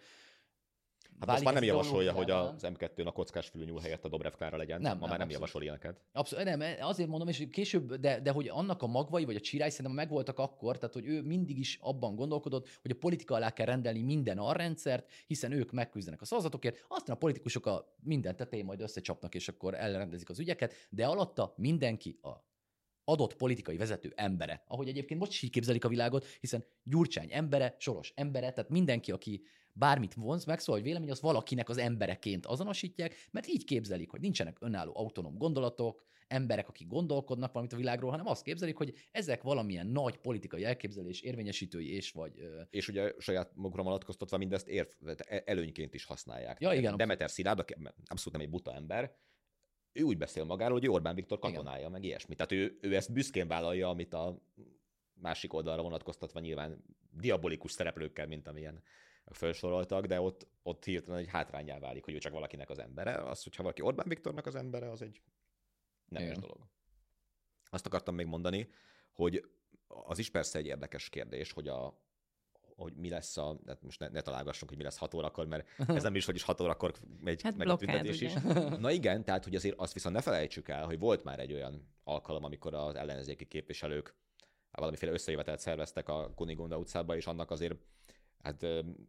hát azt már nem javasolja, hogy az em kettőn a kockás fülnyúl helyett a Dobrev Klára legyen. Nem, ma nem, már nem javasol ilyeneket. Abszolút, nem, azért mondom, és később, de, de hogy annak a magvai, vagy a csirály szerintem megvoltak akkor, tehát hogy ő mindig is abban gondolkodott, hogy a politika alá kell rendelni minden arrendszert, hiszen ők megküzdenek a szavazatokért, aztán a politikusok a minden tetején majd összecsapnak, és akkor elrendezik az ügyeket, de alatta mindenki a adott politikai vezető embere. Ahogy egyébként most is így képzelik a világot, hiszen Gyurcsány embere, Soros embere, tehát mindenki, aki bármit vonz, megszólal, hogy vélemény, az valakinek az embereként azonosítják, mert így képzelik, hogy nincsenek önálló autonóm gondolatok, emberek, akik gondolkodnak valamit a világról, hanem azt képzelik, hogy ezek valamilyen nagy politikai elképzelés érvényesítői és vagy... És ugye saját magukra vonatkoztatva mindezt ér, előnyként is használják. Ja, igen, Demeter Szilárd, aki abszolút nem egy buta ember, ő úgy beszél magáról, hogy Orbán Viktor katonája, igen. meg ilyesmi. Tehát ő, ő ezt büszkén vállalja, amit a másik oldalra vonatkoztatva nyilván diabolikus szereplőkkel, mint amilyen felsoroltak, de ott, ott hirtelen egy hátrányá válik, hogy ő csak valakinek az embere. Az, hogyha valaki Orbán Viktornak az embere, az egy nemes igen. dolog. Azt akartam még mondani, hogy az is persze egy érdekes kérdés, hogy a hogy mi lesz a, hát most ne, ne találgassunk, hogy mi lesz hat órakor, mert ez nem is, hogy is hat órakor megy hát meg a tüntetés is. Na igen, tehát hogy azért azt viszont ne felejtsük el, hogy volt már egy olyan alkalom, amikor az ellenzéki képviselők valamiféle összejövetelt szerveztek a Kunigunda utcába, és annak azért hát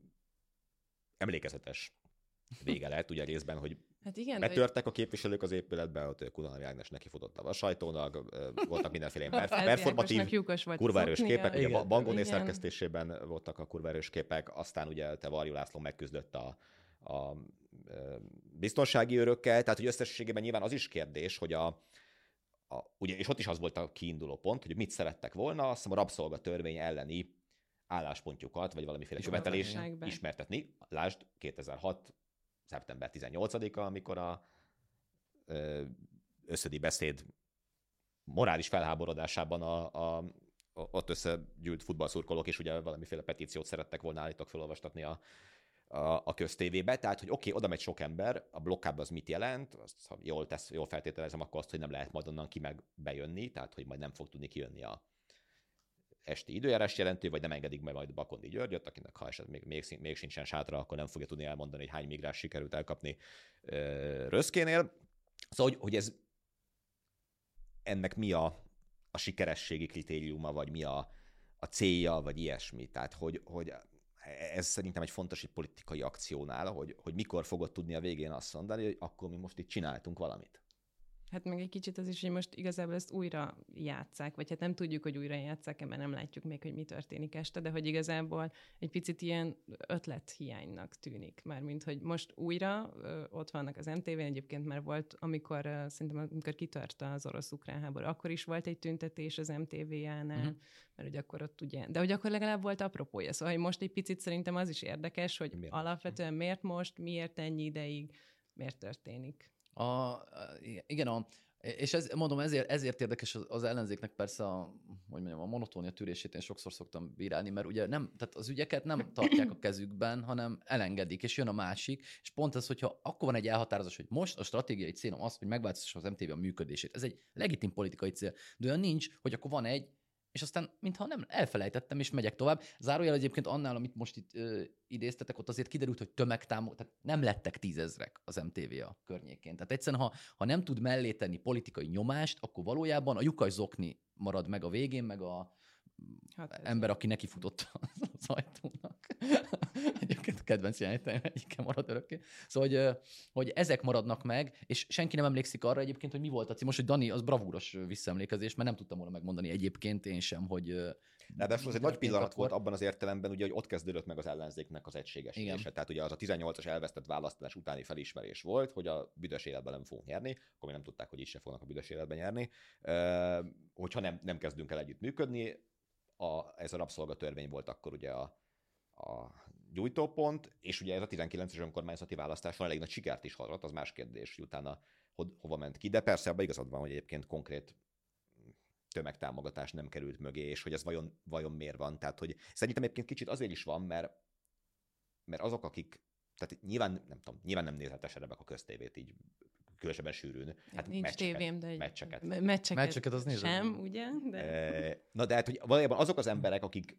emlékezetes vége lett, ugye részben, hogy hát igen, betörtek a képviselők az épületbe, ott Kunhalmi Ágnes nekifutott a sajtónak, voltak mindenféle performatív, kurva erős képek, ugye a Bangóné szerkesztésében voltak a kurva erős képek, aztán ugye te Varjú László megküzdött a, a biztonsági őrökkel, tehát hogy összességében nyilván az is kérdés, hogy a, a ugye, és ott is az volt a kiinduló pont, hogy mit szerettek volna, azt hiszem a rabszolgatörvény elleni álláspontjukat, vagy valamiféle követelés ismertetni. Lásd, kétezer-hat szeptember tizennyolcadika, amikor a ö, összödi beszéd morális felháborodásában a, a, a, ott összegyűlt futballszurkolók is ugye valamiféle petíciót szerettek volna állítok felolvastatni a, a, a köztévébe. Tehát, hogy oké, okay, oda megy sok ember, a blokkában az mit jelent? Azt, ha jól, tesz, jól feltételezem, akkor azt, hogy nem lehet majd onnan ki meg bejönni, tehát, hogy majd nem fog tudni kijönni a esti időjárás jelentő, vagy nem engedik meg majd Bakondi Györgyöt, akinek ha esetleg még, még, még sincsen sátra, akkor nem fogja tudni elmondani, hogy hány migráns sikerült elkapni ö, Röszkénél. Szóval, hogy, hogy ez ennek mi a, a sikerességi kritériuma, vagy mi a, a célja, vagy ilyesmi. Tehát, hogy, hogy ez szerintem egy fontos egy politikai akciónál, hogy, hogy mikor fogod tudni a végén azt mondani, hogy akkor mi most itt csináltunk valamit. Hát meg egy kicsit az is, hogy most igazából ezt újra játsszák, vagy hát nem tudjuk, hogy újra játsszák, mert nem látjuk még, hogy mi történik este, de hogy igazából egy picit ilyen ötlethiánynak tűnik. Mármint, hogy most újra ö, ott vannak az em té vén, egyébként már volt, amikor ö, szerintem amikor kitört az orosz-ukrán háború, akkor is volt egy tüntetés az em té vé-jánál, uh-huh. mert hogy akkor ott ugye, de hogy akkor legalább volt apropója. Szóval, hogy most egy picit szerintem az is érdekes, hogy miért? Alapvetően miért most, miért ennyi ideig, miért történik. A, igen, a, és ez, mondom, ezért, ezért érdekes az, az ellenzéknek persze a, hogy mondjam, a monotónia tűrését én sokszor szoktam bírálni, mert ugye nem, tehát az ügyeket nem tartják a kezükben, hanem elengedik, és jön a másik, és pont ez, hogyha akkor van egy elhatározás, hogy most a stratégiai célom az, hogy megváltoztassa az em té vé a működését. Ez egy legitim politikai cél, de olyan nincs, hogy akkor van egy, és aztán mintha nem elfelejtettem, és megyek tovább. Zárójel egyébként annál, amit most itt ö, idéztetek, ott azért kiderült, hogy tömegtámog, tehát nem lettek tízezrek az em té vé a környékén. Tehát egyszerűen, ha, ha nem tud mellé tenni politikai nyomást, akkor valójában a lyukas zokni marad meg a végén, meg a hát ember, aki nekifutott az ajtónak. Egyébként a kedvenc jelentéim egyike marad örökké. Szóval, hogy, hogy ezek maradnak meg, és senki nem emlékszik arra egyébként, hogy mi volt a cím. Most, hogy Dani, az bravúros visszaemlékezés, mert nem tudtam volna megmondani egyébként én sem, hogy... Ráadásul ez egy nagy pillanat akkor... volt abban az értelemben, ugye, hogy ott kezdődött meg az ellenzéknek az egységesítése. Igen. Tehát ugye az a tizennyolcas elvesztett választás utáni felismerés volt, hogy a büdös életben nem fogunk nyerni, akkor még nem tudták, hogy is se fognak a büdös életben nyerni, uh, hogyha nem, nem kezdünk el együtt működni. A, ez a rabszolgatörvény volt akkor ugye a, a gyújtópont, és ugye ez a tizenkilences önkormányzati választáson elég nagy sikert is hozott, az más kérdés, hogy utána ho, hova ment ki, de persze abban igazad van, hogy egyébként konkrét tömegtámogatás nem került mögé, és hogy ez vajon, vajon miért van. Tehát, hogy szerintem egyébként kicsit azért is van, mert, mert azok, akik, tehát nyilván nem tudom, nyilván nem nézhetes Rebeka köztévét így különösebben sűrűn. Hát nincs meccseket, tévém, de egy... meccseket. Meccseket, meccseket az nézem. Sem, ugye? De... Na de hát, hogy valójában azok az emberek, akik,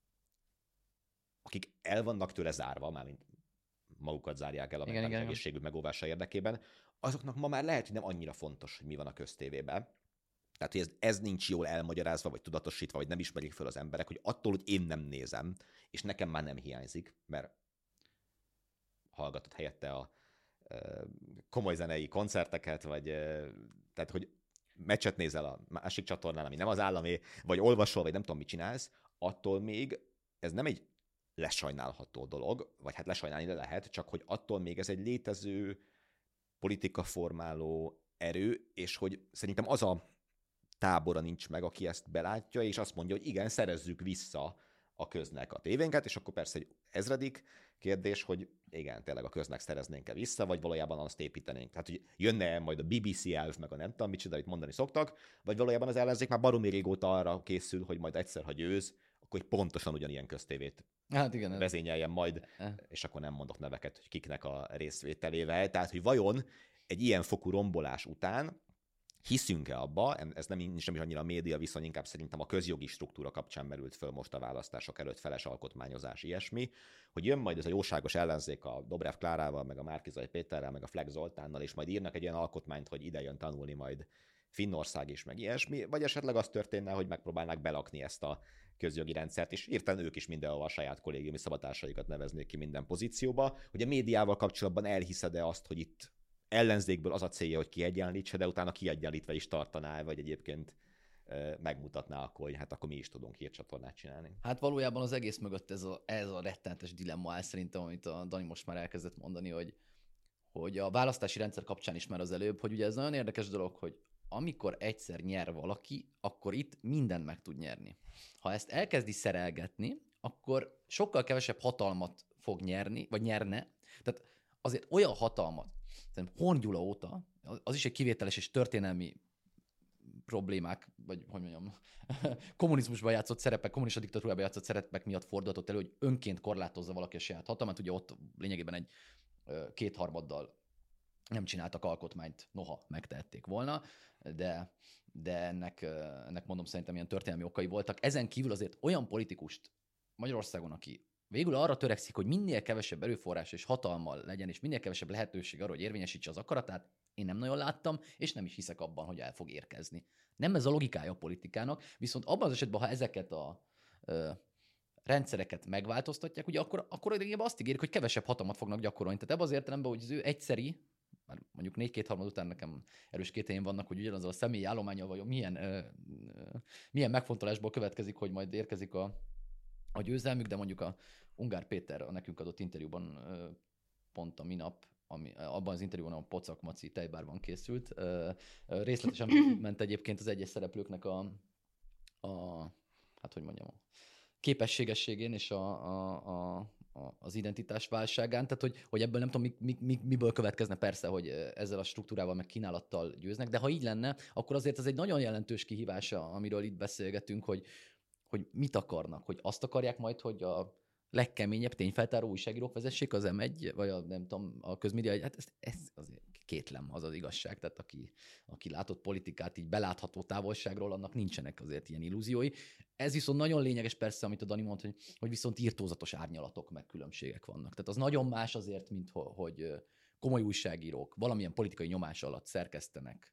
akik el vannak tőle zárva, mármint magukat zárják el a mentális egészségük megóvása érdekében, azoknak ma már lehet, hogy nem annyira fontos, hogy mi van a köztévében. Tehát, hogy ez, ez nincs jól elmagyarázva, vagy tudatosítva, vagy nem ismerik fel az emberek, hogy attól, hogy én nem nézem, és nekem már nem hiányzik, mert hallgatod helyette a komoly zenei koncerteket, vagy tehát, hogy meccset nézel a másik csatornán, ami nem az állami, vagy olvasol, vagy nem tudom, mit csinálsz, attól még ez nem egy lesajnálható dolog, vagy hát lesajnálni lehet, csak hogy attól még ez egy létező politikaformáló erő, és hogy szerintem az a tábora nincs meg, aki ezt belátja, és azt mondja, hogy igen, szerezzük vissza a köznek a tévénket, és akkor persze egy ezredik kérdés, hogy igen, tényleg a köznek szereznénk-e vissza, vagy valójában azt építenénk. Tehát, hogy jönne majd a bé bé cé elv, meg a nem tudom micsoda, itt mondani szoktak, vagy valójában az ellenzék már baromi régóta arra készül, hogy majd egyszer, ha győz, akkor hogy pontosan ugyanilyen köztévét hát igen, vezényeljen majd, eh. és akkor nem mondok neveket, hogy kiknek a részvételével. Tehát, hogy vajon egy ilyen fokú rombolás után hiszünk-e abba, ez nem, nincs nem is annyira a média viszony, inkább szerintem a közjogi struktúra kapcsán merült föl most a választások előtt, feles alkotmányozás, ilyesmi, hogy jön majd ez a jóságos ellenzék a Dobrev Klárával, meg a Márki-Zay Péterrel, meg a Fleck Zoltánnal, és majd írnak egy olyan alkotmányt, hogy ide jön tanulni majd Finnország is, meg ilyesmi, vagy esetleg az történne, hogy megpróbálnák belakni ezt a közjogi rendszert, és írtan ők is mindenhol a saját kollégiumi szabatársaikat neveznék ki minden pozícióba, hogy a médiával kapcsolatban elhiszed-e azt, hogy itt ellenzékből az a célja, hogy kiegyenlítse, de utána kiegyenlítve is tartaná, vagy egyébként e, megmutatná akkor, hogy hát akkor mi is tudunk hírcsatornát csinálni. Hát valójában az egész mögött ez a, ez a rettenetes dilemma áll szerintem, amit a Dani most már elkezdett mondani, hogy, hogy a választási rendszer kapcsán is már az előbb, hogy ugye ez nagyon érdekes dolog, hogy amikor egyszer nyer valaki, akkor itt mindent meg tud nyerni. Ha ezt elkezdi szerelgetni, akkor sokkal kevesebb hatalmat fog nyerni, vagy nyerne. Tehát azért olyan hatalmat, Horn Gyula óta, az is egy kivételes és történelmi problémák, vagy hogy mondjam, kommunizmusban játszott szerepek, kommunista diktatúrában játszott szerepek miatt fordulhatott elő, hogy önként korlátozza valaki a saját hatalmát. Ugye ott lényegében egy kétharmaddal nem csináltak alkotmányt, noha megtehették volna, de, de ennek, ennek mondom szerintem ilyen történelmi okai voltak. Ezen kívül azért olyan politikust Magyarországon, aki végül arra törekszik, hogy minél kevesebb erőforrás és hatalmal legyen, és minél kevesebb lehetőség arra, hogy érvényesítse az akaratát, én nem nagyon láttam, és nem is hiszek abban, hogy el fog érkezni. Nem ez a logikája a politikának, viszont abban az esetben, ha ezeket a ö, rendszereket megváltoztatják, ugye akkor, akkor azt ígérik, hogy kevesebb hatalmat fognak gyakorolni. Tehát ebben az értelemben, hogy az ő egyszeri, már mondjuk négy-kétharmad után nekem erős kételjeim vannak, hogy ugyanazzal a személyi állománnyal vajon milyen, ö, ö, milyen megfontolásból következik, hogy majd érkezik a a győzelmük, de mondjuk a Ungár Péter a nekünk adott interjúban pont a minap, ami, abban az interjúban a Pocak Maci tejbárban készült, részletesen ment egyébként az egyes szereplőknek a, a hát hogy mondjam, a képességességén és a, a, a, a, az identitás válságán, tehát hogy, hogy ebből nem tudom, mi, mi, mi, miből következne persze, hogy ezzel a struktúrával meg kínálattal győznek, de ha így lenne, akkor azért ez egy nagyon jelentős kihívása, amiről itt beszélgetünk, hogy hogy mit akarnak, hogy azt akarják majd, hogy a legkeményebb tényfeltáró újságírók vezessék az em egy, vagy a, nem tudom, a közmédia, hát ez, ez azért kétlem, az az igazság, tehát aki, aki látott politikát így belátható távolságról, annak nincsenek azért ilyen illúziói. Ez viszont nagyon lényeges persze, amit a Dani mond, hogy, hogy viszont irtózatos árnyalatok meg különbségek vannak. Tehát az nagyon más azért, mint hogy komoly újságírók valamilyen politikai nyomás alatt szerkesztenek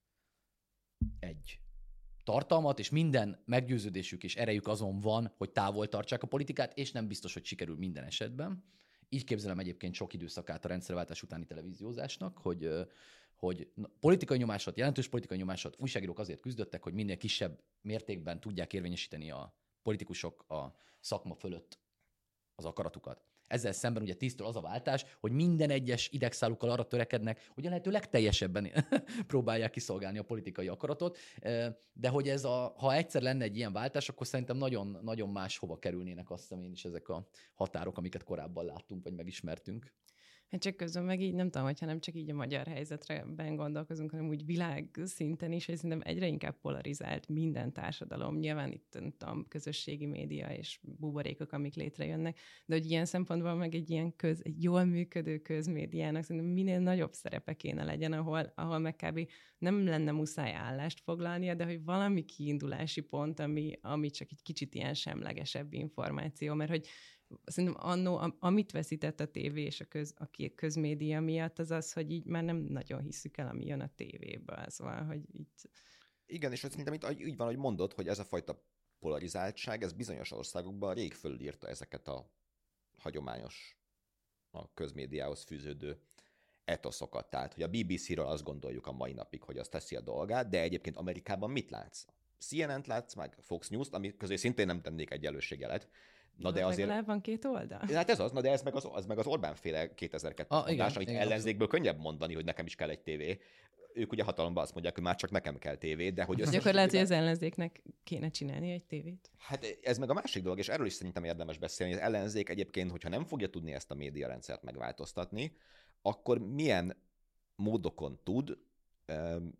egy tartalmat, és minden meggyőződésük és erejük azon van, hogy távol tartsák a politikát, és nem biztos, hogy sikerül minden esetben. Így képzelem egyébként sok időszakát a rendszerváltás utáni televíziózásnak, hogy, hogy politikai nyomásat, jelentős politikai nyomásat újságírók azért küzdöttek, hogy minél kisebb mértékben tudják érvényesíteni a politikusok a szakma fölött az akaratukat. Ezzel szemben ugye tíztől az a váltás, hogy minden egyes idegszálukkal arra törekednek, hogy a lehető legteljesebben próbálják kiszolgálni a politikai akaratot, de hogy ez a, ha egyszer lenne egy ilyen váltás, akkor szerintem nagyon, nagyon más hova kerülnének, azt hiszem én is, ezek a határok, amiket korábban láttunk, vagy megismertünk. Hát csak közben meg így nem tudom, hogyha nem csak így a magyar helyzetben gondolkozunk, hanem úgy világszinten is, hogy szerintem egyre inkább polarizált minden társadalom. Nyilván itt nem tudom, közösségi média és buborékok, amik létrejönnek, de hogy ilyen szempontból meg egy ilyen köz, egy jól működő közmédiának szerintem minél nagyobb szerepe kéne legyen, ahol, ahol meg kb. Nem lenne muszáj állást foglalnia, de hogy valami kiindulási pont, ami, ami csak egy kicsit ilyen semlegesebb információ, mert hogy szerintem annó, amit veszített a tévé és a, köz, a közmédia miatt, az az, hogy így már nem nagyon hiszük el, ami jön a tévéből. Szóval, hogy így... Igen, és szerintem itt úgy van, hogy mondod, hogy ez a fajta polarizáltság, ez bizonyos országokban rég fölírta ezeket a hagyományos, a közmédiához fűződő etoszokat. Tehát, hogy a bé bé cé-ről azt gondoljuk a mai napig, hogy az teszi a dolgát, de egyébként Amerikában mit látsz? cé en en-t látsz, meg Fox News-t, ami közé szintén nem tennék egyenlőségjelet, Na de, de azért... Legalább van két oldal. Hát ez az, na de ez meg az, az, meg az Orbán-féle kétezer-kettes Ah, mondás, amit igen, ellenzékből könnyebb mondani, hogy nekem is kell egy tévé. Ők ugye hatalomban azt mondják, hogy már csak nekem kell tévé, de hogy Összes akkor lehet, hogy az ellenzéknek kéne csinálni egy tévét. Hát ez meg a másik dolog, és erről is szerintem érdemes beszélni. Az ellenzék egyébként, hogyha nem fogja tudni ezt a médiarendszert megváltoztatni, akkor milyen módokon tud um,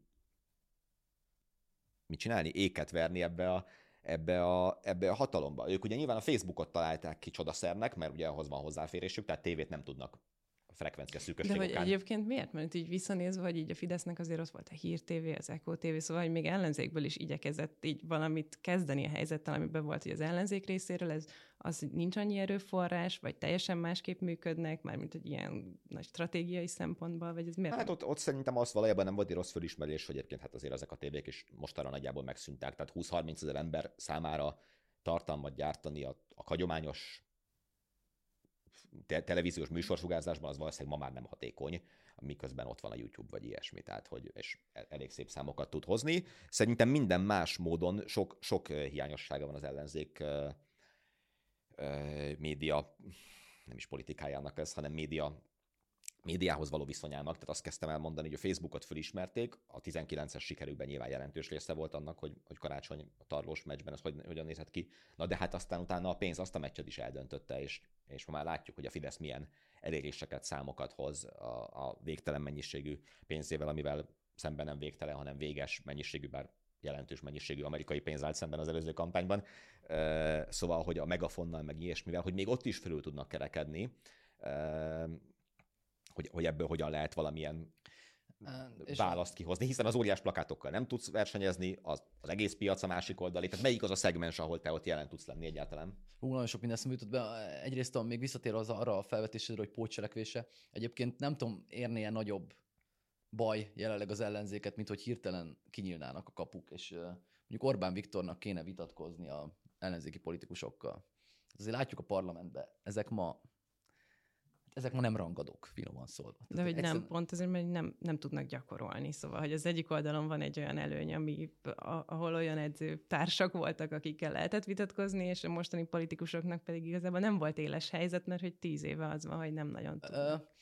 mit csinálni? Éket verni ebbe a, ebbe, a, ebbe a hatalomba. Ők ugye nyilván a Facebookot találták ki csodaszernek, mert ugye ahhoz van hozzáférésük, tehát tévét nem tudnak frekvencia szűkösség De hogy okán. egyébként miért? Mert így visszanézve, hogy így a Fidesznek azért ott volt a Hír té vé, az Echo té vé, szóval hogy még ellenzékből is igyekezett így valamit kezdeni a helyzettel, amiben volt, hogy az ellenzék részéről ez az, hogy nincs annyi erőforrás, vagy teljesen másképp működnek, mármint hogy ilyen nagy stratégiai szempontból, vagy ez miért? Hát ott, ott szerintem az valójában nem volt egy rossz fölismerés, hogy egyébként hát azért ezek a tévék is mostanra nagyjából megszűntek, tehát húsz-harminc ezer ember számára tartalmat gyártani a, a hagyományos te- televíziós műsorsugárzásban az valószínűleg ma már nem hatékony, miközben ott van a YouTube vagy ilyesmi, tehát hogy és elég szép számokat tud hozni. Szerintem minden más módon sok, sok hiányossága van az ellenzék uh, uh, média, nem is politikájának ez, hanem média médiához való viszonyának, tehát azt kezdtem el mondani, hogy a Facebookot fölismerték, a tizenkilences sikerükben nyilván jelentős része volt annak, hogy, hogy Karácsony a tarlós meccsben az hogy, hogyan nézett ki. Na de hát aztán utána a pénz azt a meccset is eldöntötte, és, és ma már látjuk, hogy a Fidesz milyen eléréseket, számokat hoz a, a végtelen mennyiségű pénzével, amivel szemben nem végtelen, hanem véges mennyiségű, bár jelentős mennyiségű amerikai pénz állt szemben az előző kampányban. Szóval, hogy a Megafonnal, meg ilyesmivel, hogy még ott is felül tudnak kerekedni, Hogy, hogy ebből hogyan lehet valamilyen uh, választ kihozni, hiszen az óriás plakátokkal nem tudsz versenyezni, az, az egész piac a másik oldalé, tehát melyik az a szegmens, ahol te ott jelen tudsz lenni egyáltalán? Hú, nagyon sok minden eszembe jutott be. Egyrészt még visszatér az arra a felvetésre, hogy pótcselekvése. Egyébként nem tudom, érnie nagyobb baj jelenleg az ellenzéket, mint hogy hirtelen kinyílnának a kapuk, és uh, mondjuk Orbán Viktornak kéne vitatkozni a ellenzéki politikusokkal. Azért látjuk a parlamentben, ezek ma ezek ma nem rangadók, finoman szólva. De hogy egyszerűen... nem, pont azért, mert nem, nem tudnak gyakorolni. Szóval, hogy az egyik oldalon van egy olyan előny, ami, ahol olyan edzőtársak voltak, akikkel lehetett vitatkozni, és a mostani politikusoknak pedig igazából nem volt éles helyzet, mert hogy tíz éve az van, hogy nem nagyon tudnak. Uh,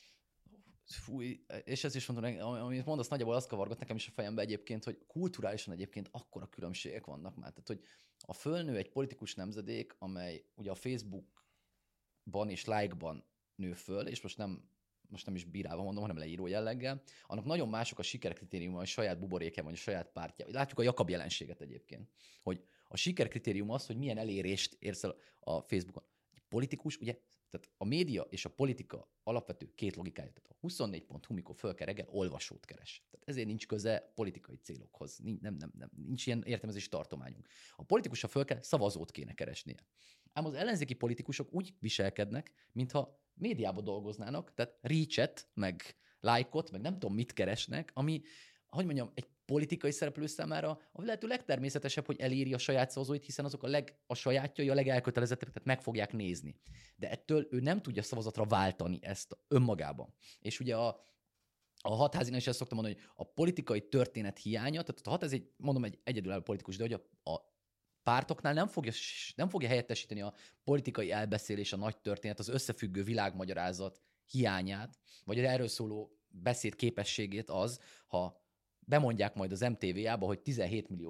fúj, és ezt is mondom, amit mondasz, nagyjából azt kavargott nekem is a fejembe egyébként, hogy kulturálisan egyébként akkora különbségek vannak már. Tehát, hogy a fölnő egy politikus nemzedék, amely ugye a Facebookban és like-ban nő föl, és most nem, most nem is bírálva mondom, hanem leíró jelleggel, annak nagyon mások a sikerkritériuma, a saját buborékja, vagy a saját pártja. Látjuk a Jakab jelenséget egyébként, hogy a sikerkritérium az, hogy milyen elérést érsz el a Facebookon. Egy politikus, ugye, tehát a média és a politika alapvető két logikája. Tehát a huszonnégy pont hu, mikor föl kell reggel, olvasót keres. Tehát ezért nincs köze politikai célokhoz. Nincs, nem, nem, nem, nincs ilyen értelmezési tartományunk. A politikusra föl kell, szavazót kéne keresnie. Ám az ellenzéki politikusok úgy viselkednek, mintha médiába dolgoznának, tehát reach-et, meg like-ot, meg nem tudom mit keresnek, ami, hogy mondjam, egy politikai szereplő számára a lehető legtermészetesebb, hogy eléri a saját szavazóit, hiszen azok a, leg, a sajátjai, a legelkötelezettek, tehát meg fogják nézni. De ettől ő nem tudja szavazatra váltani ezt önmagában. És ugye a A hatházinál is ezt szoktam mondani, hogy a politikai történet hiánya, tehát a hatház egy, mondom, egy egyedülálló politikus, de hogy a, a pártoknál nem fogja, nem fogja helyettesíteni a politikai elbeszélés, a nagy történet, az összefüggő világmagyarázat hiányát, vagy az erről szóló beszéd képességét az, ha bemondják majd az em té vé á-ba, hogy tizenhét millió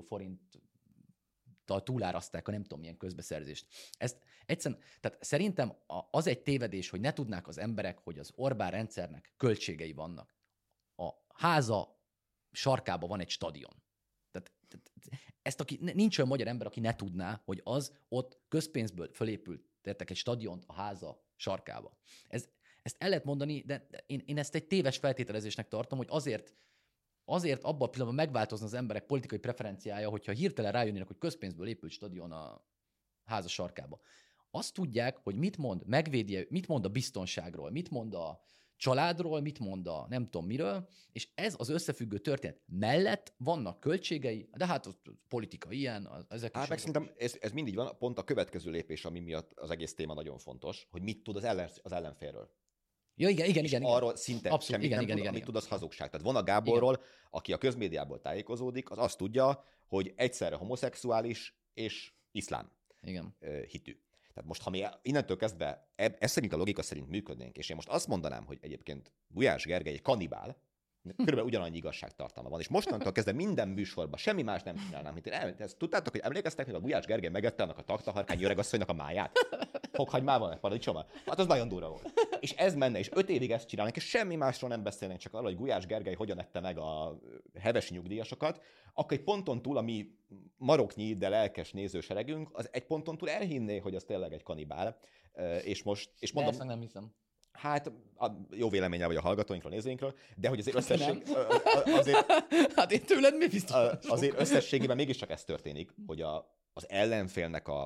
forinttal túláraszták a nem tudom milyen közbeszerzést. Ezt egyszerűen, tehát szerintem az egy tévedés, hogy ne tudnák az emberek, hogy az Orbán rendszernek költségei vannak. A háza sarkában van egy stadion. Tehát, tehát ezt aki, nincs olyan magyar ember, aki ne tudná, hogy az ott közpénzből fölépült, tettek egy stadiont a háza sarkába. Ez, ezt el lehet mondani, de én, én ezt egy téves feltételezésnek tartom, hogy azért, azért abban a pillanatban megváltozna az emberek politikai preferenciája, hogyha hirtelen rájönnének, hogy közpénzből épült stadion a háza sarkába. Azt tudják, hogy mit mond, megvédje, mit mond a biztonságról, mit mond a családról, mit mond a nem tudom miről, és ez az összefüggő történet mellett vannak költségei, de hát a politika ilyen, ezek hát is. meg szerintem ez, ez mindig van, pont a következő lépés, ami miatt az egész téma nagyon fontos, hogy mit tud az, ellen, az ellenfélről. Ja, igen, igen, igen. Arról igen. szinte Abszolút, semmit igen, nem igen, tud, igen, amit igen. tud, az hazugság. Tehát Vona Gáborról, igen. Aki a közmédiából tájékozódik, az azt tudja, hogy egyszerre homoszexuális és iszlám igen. hitű. Tehát most, ha mi innentől kezdve ez szerint a logika szerint működnénk, és én most azt mondanám, hogy egyébként Gulyás Gergely egy kanibál, körülbelül ugyanannyi igazságtartalma van, és mostantól kezdve minden műsorban semmi más nem csinálnám, mint én el, ezt tudtátok, hogy emlékeztek, hogy a Gulyás Gergely megette annak a taktaharkány öregasszonynak a máját? Fokhagymával, paradicsommal? Hát az nagyon durva volt. És ez menne, és öt évig ezt csinálnánk, és semmi másról nem beszélnénk, csak arról, hogy Gulyás Gergely hogyan ette meg a heves nyugdíjasokat, akkor egy ponton túl, ami maroknyi, de lelkes nézőseregünk, az egy ponton túl elhinné, hogy az tényleg egy kanibál. És most, és mondom, de nem hiszem. Hát a jó véleménye vagy a hallgatóinkról, nézőinkről, de hogy azért összesség, azért, hát én tőled mi biztos? Azért összességében mégiscsak ez történik, hogy a, az ellenfélnek a,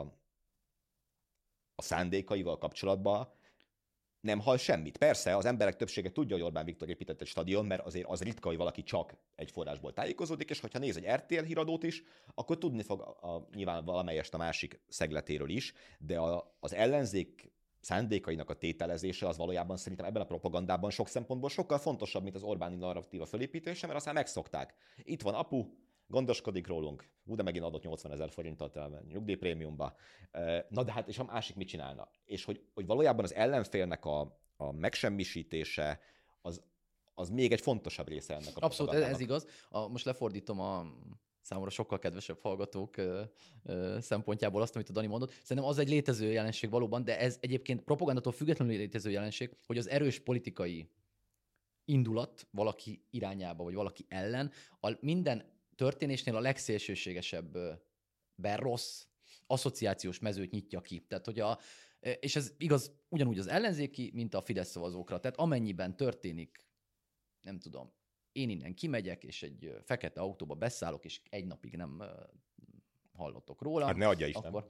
a szándékaival kapcsolatban nem hall semmit. Persze, az emberek többsége tudja, hogy Orbán Viktor épített egy stadion, mert azért az ritka, hogy valaki csak egy forrásból tájékozódik, és hogyha néz egy er té el híradót is, akkor tudni fog a, a, nyilván valamelyest a másik szegletéről is, de a, az ellenzék szándékainak a tételezése az valójában szerintem ebben a propagandában sok szempontból sokkal fontosabb, mint az Orbáni narratíva fölépítése, mert aztán megszokták. Itt van apu, gondoskodik rólunk, hú, de megint adott nyolcvanezer forintot a nyugdíjprémiumba. Na de hát, és a másik mit csinálna? És hogy, hogy valójában az ellenfélnek a, a megsemmisítése az, az még egy fontosabb része ennek a Abszolút, ez, ez igaz. A, most lefordítom a számomra sokkal kedvesebb hallgatók ö, ö, szempontjából azt, amit a Dani mondott. Szerintem az egy létező jelenség valóban, de ez egyébként propagandatól függetlenül létező jelenség, hogy az erős politikai indulat valaki irányába, vagy valaki ellen a minden történésnél a legszélsőségesebb, bár rossz asszociációs mezőt nyitja ki. Tehát, hogy a, és ez igaz ugyanúgy az ellenzéki, mint a Fidesz szavazókra. Tehát amennyiben történik, nem tudom, én innen kimegyek, és egy fekete autóba beszállok, és egy napig nem hallottok róla. Hát ne adja Isten. Akkor,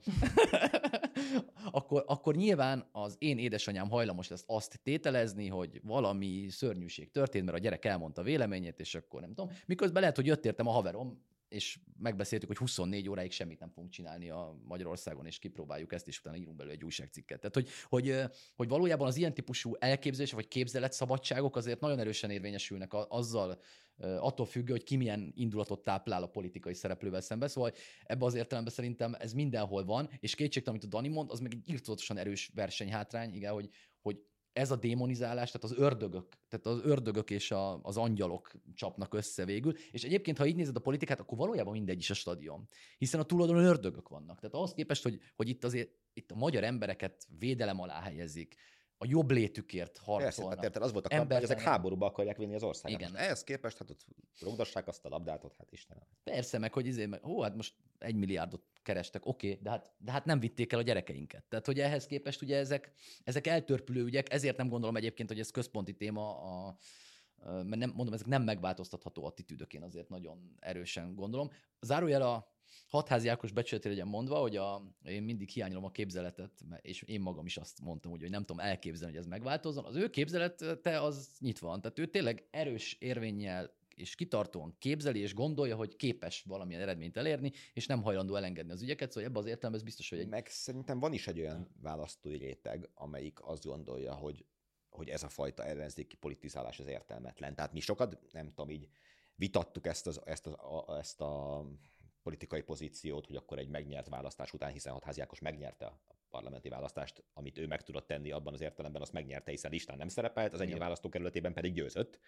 akkor, akkor nyilván az én édesanyám hajlamos lesz azt tételezni, hogy valami szörnyűség történt, mert a gyerek elmondta véleményét, és akkor nem tudom. Miközben lehet, hogy jött értem a haverom, és megbeszéltük, hogy huszonnégy óráig semmit nem fogunk csinálni a Magyarországon, és kipróbáljuk ezt, és utána írunk belőle egy újságcikket. Tehát, hogy, hogy, hogy valójában az ilyen típusú elképzelés, vagy képzeletszabadságok azért nagyon erősen érvényesülnek azzal, attól függő, hogy ki milyen indulatot táplál a politikai szereplővel szemben. Szóval ebben az értelemben szerintem ez mindenhol van, és kétségtelen, amit a Dani mond, az meg egy irtózatosan erős versenyhátrány, igen, hogy, hogy ez a démonizálás, tehát az ördögök, tehát az ördögök és a, az angyalok csapnak össze végül, és egyébként, ha így nézed a politikát, akkor valójában mindegy is a stadion, hiszen a túloldalon ördögök vannak. Tehát ahhoz képest, hogy, hogy itt azért itt a magyar embereket védelem alá helyezik, a jobb létükért harcolnak. Persze, az volt a kampány, hogy ezek háborúba akarják vinni az országot. Igen. Ehhez képest, hát ott rugdassák azt a labdát, ott hát Istenem. Persze, meg hogy izé, meg, hó, hát most egy milliárdot kerestek, oké, okay, de, hát, de hát nem vitték el a gyerekeinket. Tehát, hogy ehhez képest ugye ezek, ezek eltörpülő ügyek, ezért nem gondolom egyébként, hogy ez központi téma, a, mert nem, mondom, ezek nem megváltoztatható attitűdök, én azért nagyon erősen gondolom. Zárójel a Hatházi Ákos becsületére legyen mondva, hogy a, én mindig hiányolom a képzeletet, és én magam is azt mondtam, hogy nem tudom elképzelni, hogy ez megváltozzon. Az ő képzelete az nyitva van, tehát ő tényleg erős érvénnyel és kitartóan képzeli, és gondolja, hogy képes valamilyen eredményt elérni, és nem hajlandó elengedni az ügyeket, szóval ebben az értelemben ez biztos, hogy egy... Meg szerintem van is egy olyan választói réteg, amelyik azt gondolja, hogy, hogy ez a fajta ellenzéki politizálás az értelmetlen. Tehát mi sokat, nem tudom, így vitattuk ezt, az, ezt, a, a, ezt a politikai pozíciót, hogy akkor egy megnyert választás után, hiszen Hatházi Ákos megnyerte a parlamenti választást, amit ő meg tudott tenni abban az értelemben, azt megnyerte, hiszen listán nem szerepelt, az egyéni választókerületében pedig győzött.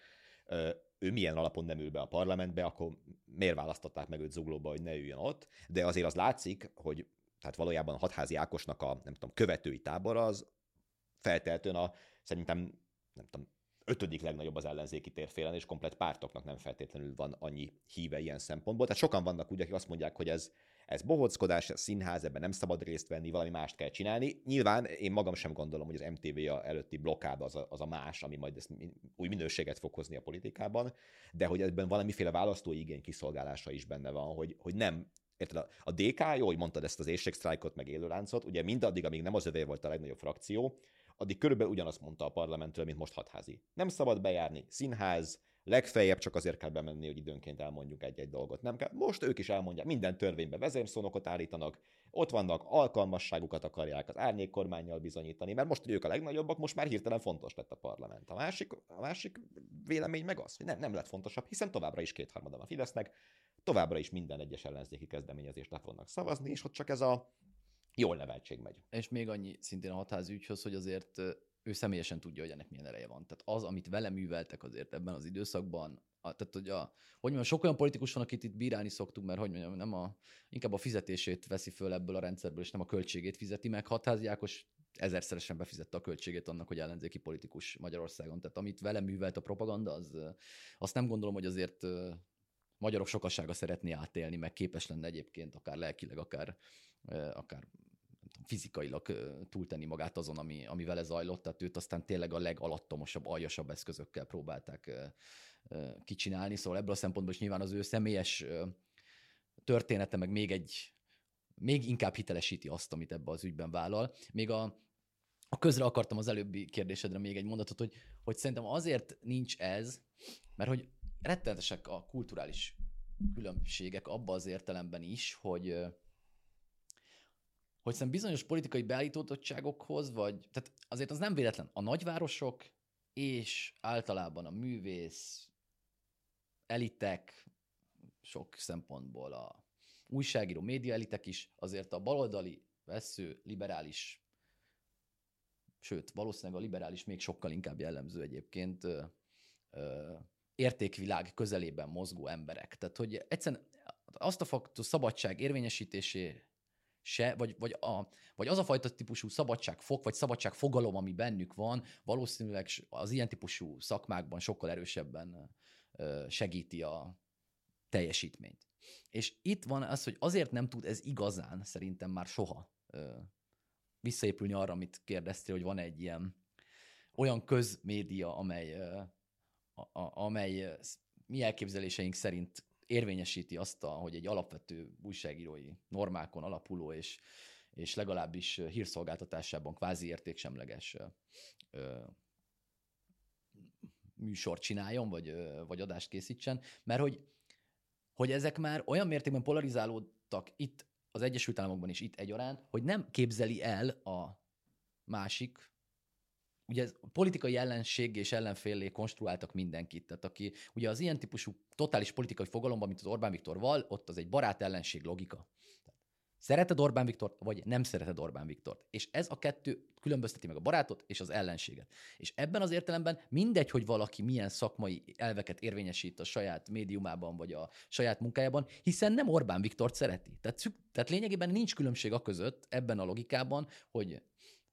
Ő milyen alapon nem ül be a parlamentbe, akkor miért választották meg őt Zuglóba, hogy ne üljön ott, de azért az látszik, hogy tehát valójában a Hatházi Ákosnak a, nem tudom, követői tábora az feltétlenül a, szerintem, nem tudom, ötödik legnagyobb az ellenzéki térfélen, és komplett pártoknak nem feltétlenül van annyi híve ilyen szempontból. Tehát sokan vannak úgy, akik azt mondják, hogy ez, ez bohóckodás, ez színház, ebben nem szabad részt venni, valami mást kell csinálni. Nyilván én magam sem gondolom, hogy az em té vé előtti blokkád az a, az a más, ami majd ezt új minőséget fog hozni a politikában, de hogy ebben valamiféle választói igény kiszolgálása is benne van, hogy, hogy nem. Érted, a dé ká, jó, hogy mondtad ezt az éjségsztrájkot, meg élőláncot, ugye mindaddig, amíg nem az övé volt a legnagyobb frakció, addig körülbelül ugyanazt mondta a parlamentről, mint most Hatházi. Nem szabad bejárni, színház, legfeljebb csak azért kell bemenni, hogy időnként elmondjuk egy-egy dolgot. Nem kell. Most ők is elmondják, minden törvénybe vezérszónokot állítanak, ott vannak, alkalmasságukat akarják az árnyékkormánnyal bizonyítani, mert most, hogy ők a legnagyobbak, most már hirtelen fontos lett a parlament. A másik, a másik vélemény meg az, hogy nem, nem lett fontosabb, hiszen továbbra is kétharmada van a Fidesznek, továbbra is minden egyes ellenzéki kezdeményezést le fognak szavazni, és ott csak ez a jól neveltség megy. És még annyi szintén a hatházi ügyhöz, hogy azért ő személyesen tudja, hogy ennek milyen ereje van. Tehát az, amit vele műveltek azért ebben az időszakban, a, tehát hogy, a, hogy mondjam, sok olyan politikus van, akit itt bírálni szoktuk, mert hogy mondjam, nem a, inkább a fizetését veszi föl ebből a rendszerből, és nem a költségét fizeti meg. Hatházi Ákos ezerszeresen befizette a költségét annak, hogy ellenzéki politikus Magyarországon. Tehát amit vele művelt a propaganda, az, azt nem gondolom, hogy azért magyarok sokasága szeretné átélni, meg képes lenne egyébként akár lelkileg, akár, akár fizikailag túltenni magát azon, ami, ami vele zajlott, tehát őt aztán tényleg a legalattomosabb, aljasabb eszközökkel próbálták kicsinálni, szóval ebből a szempontból is nyilván az ő személyes története meg még egy, még inkább hitelesíti azt, amit ebbe az ügyben vállal. Még a, a közre akartam az előbbi kérdésedre még egy mondatot, hogy, hogy szerintem azért nincs ez, mert hogy rettenetesek a kulturális különbségek abba az értelemben is, hogy hogy szerintem bizonyos politikai beállítottságokhoz, vagy, tehát azért az nem véletlen. A nagyvárosok és általában a művész elitek, sok szempontból a újságíró média elitek is, azért a baloldali, vessző, liberális, sőt, valószínűleg a liberális még sokkal inkább jellemző egyébként ö, ö, értékvilág közelében mozgó emberek. Tehát, hogy egyszerűen azt a faktor szabadság érvényesítésé se, vagy, vagy, a, vagy az a fajta típusú szabadságfok, vagy szabadságfogalom, ami bennük van, valószínűleg az ilyen típusú szakmákban sokkal erősebben segíti a teljesítményt. És itt van az, hogy azért nem tud ez igazán szerintem már soha visszaépülni arra, amit kérdeztél, hogy van egy ilyen olyan közmédia, amely, a, a, amely mi elképzeléseink szerint érvényesíti azt, a, hogy egy alapvető újságírói normákon alapuló és, és legalábbis hírszolgáltatásában kvázi értéksemleges ö, műsort csináljon, vagy, ö, vagy adást készítsen, mert hogy, hogy ezek már olyan mértékben polarizálódtak itt az Egyesült Államokban is itt egyaránt, hogy nem képzeli el a másik, ugye ez politikai ellenség és ellenféllé konstruáltak mindenkit. Tehát aki ugye az ilyen típusú totális politikai fogalomban, mint az Orbán Viktor val, ott az egy barát-ellenség logika. Szereted Orbán Viktort, vagy nem szereted Orbán Viktort. És ez a kettő különbözteti meg a barátot és az ellenséget. És ebben az értelemben mindegy, hogy valaki milyen szakmai elveket érvényesít a saját médiumában, vagy a saját munkájában, hiszen nem Orbán Viktort szereti. Tehát, tehát lényegében nincs különbség a között ebben a logikában, hogy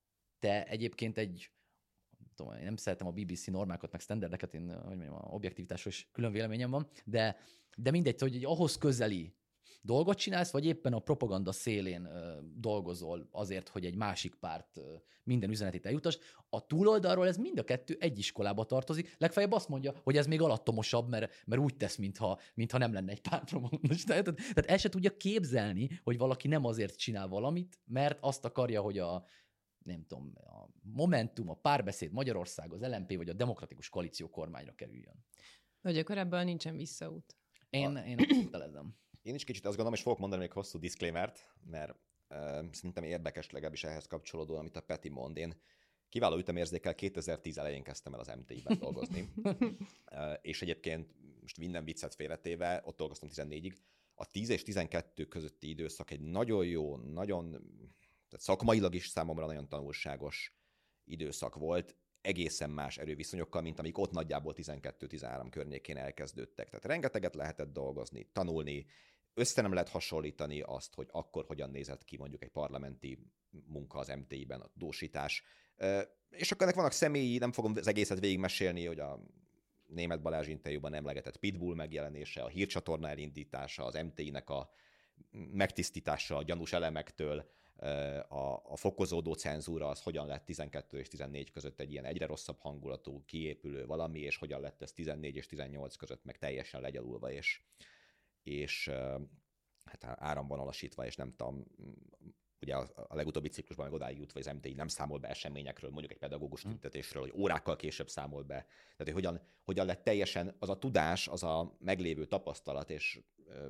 te egyébként egy tudom, én nem szeretem a bé bé cé normákat, meg standardeket, én, hogy mondjam, a objektivitásról is külön véleményem van, de, de mindegy, hogy egy ahhoz közeli dolgot csinálsz, vagy éppen a propaganda szélén ö, dolgozol azért, hogy egy másik párt ö, minden üzenetét eljutas. A túloldalról ez mind a kettő egy iskolába tartozik, legfeljebb azt mondja, hogy ez még alattomosabb, mert, mert úgy tesz, mintha, mintha nem lenne egy pártpropaganda. Tehát, tehát el se tudja képzelni, hogy valaki nem azért csinál valamit, mert azt akarja, hogy a nem tudom, a Momentum, a Párbeszéd, Magyarország, az el em pé vagy a Demokratikus Koalíció kormányra kerüljön. Hogy akkor ebből nincsen visszaút. Én, a... én telezem. Én is kicsit azt gondolom, és fogok mondani még hosszú disclaimert, mert uh, szerintem érdekes legalábbis ehhez kapcsolódóan, amit a Peti mond. Én kiváló ütemérzékkel kétezer-tíz elején kezdtem el az em té i-ben dolgozni, uh, és egyébként most minden viccet félretéve, ott dolgoztam tizennégyig. A tíz és tizenkettő közötti időszak egy nagyon jó, nagyon... tehát szakmailag is számomra nagyon tanulságos időszak volt, egészen más erőviszonyokkal, mint amik ott nagyjából tizenkettő-tizenhárom környékén elkezdődtek. Tehát rengeteget lehetett dolgozni, tanulni, össze nem lehet hasonlítani azt, hogy akkor hogyan nézett ki mondjuk egy parlamenti munka az em té i-ben, a tudósítás. És akkor ennek vannak személyi, nem fogom az egészet végigmesélni, hogy a Németh Balázs interjúban emlegetett Pitbull megjelenése, a hírcsatorna elindítása, az em té i-nek a megtisztítása a gyanús elemektől, a, a fokozódó cenzúra, az hogyan lett tizenkettő és tizennégy között egy ilyen egyre rosszabb hangulatú, kiépülő valami, és hogyan lett ez tizennégy és tizennyolc között meg teljesen legyalulva, és, és hát áramban alasítva, és nem tudom, ugye a, a legutóbbi ciklusban meg odáig jutva, hogy az em té i nem számol be eseményekről, mondjuk egy pedagógus tüntetésről, hogy órákkal később számol be. Tehát, hogy hogyan, hogyan lett teljesen az a tudás, az a meglévő tapasztalat, és ö,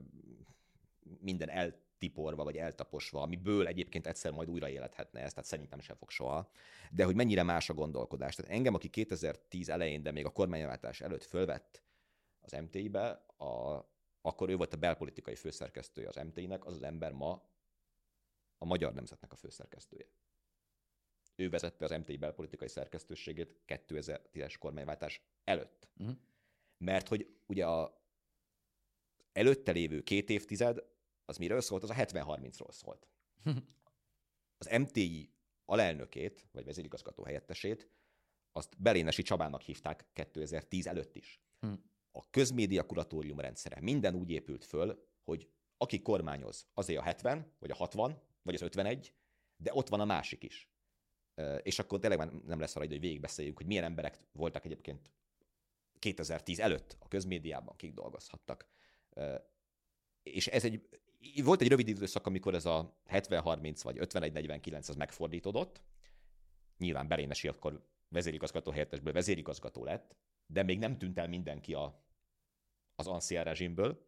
minden eltiporva, vagy eltaposva, amiből egyébként egyszer majd újraéledhetne ezt, tehát szerintem sem fog soha. De hogy mennyire más a gondolkodás. Tehát engem, aki kétezer-tíz elején, de még a kormányváltás előtt fölvett az em té i-be, a, akkor ő volt a belpolitikai főszerkesztője az em té i-nek, az az ember ma a Magyar Nemzetnek a főszerkesztője. Ő vezette az em té i belpolitikai szerkesztőségét kétezer-tízes kormányváltás előtt. Uh-huh. Mert hogy ugye a előtte lévő két évtized, az miről szólt? Az a hetven harmincról szólt. Az em té i alelnökét, vagy vezérigazgató helyettesét, azt Belénesi Csabának hívták kétezer-tíz előtt is. Uh-huh. A közmédia kuratórium rendszere minden úgy épült föl, hogy aki kormányoz, azért a hetven, vagy a hatvan, vagy az ötvenegy, de ott van a másik is. És akkor tényleg már nem lesz arra idő, hogy végigbeszéljünk, hogy milyen emberek voltak egyébként kétezer-tíz előtt a közmédiában, kik dolgozhattak. És ez egy, volt egy rövid időszak, amikor ez a hetven harminc vagy ötvenegy negyvenkilenc az megfordítódott. Nyilván Belénesi akkor vezérigazgató helyettesből vezérigazgató lett, de még nem tűnt el mindenki a, az ancien rezsimből.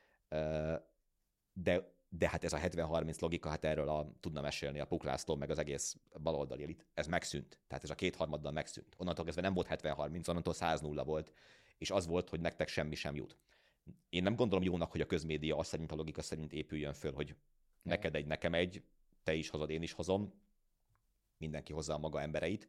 De, de hát ez a hetven harminc logika, hát erről a, tudna mesélni a Puk László, meg az egész baloldali elit, ez megszűnt. Tehát ez a kétharmaddal megszűnt. Onnantól kezdve nem volt hetven harminc, onnantól száz nulla volt, és az volt, hogy nektek semmi sem jut. Én nem gondolom jónak, hogy a közmédia azt szerint, a logika szerint épüljön föl, hogy neked egy, nekem egy, te is hozod, én is hozom, mindenki hozza a maga embereit.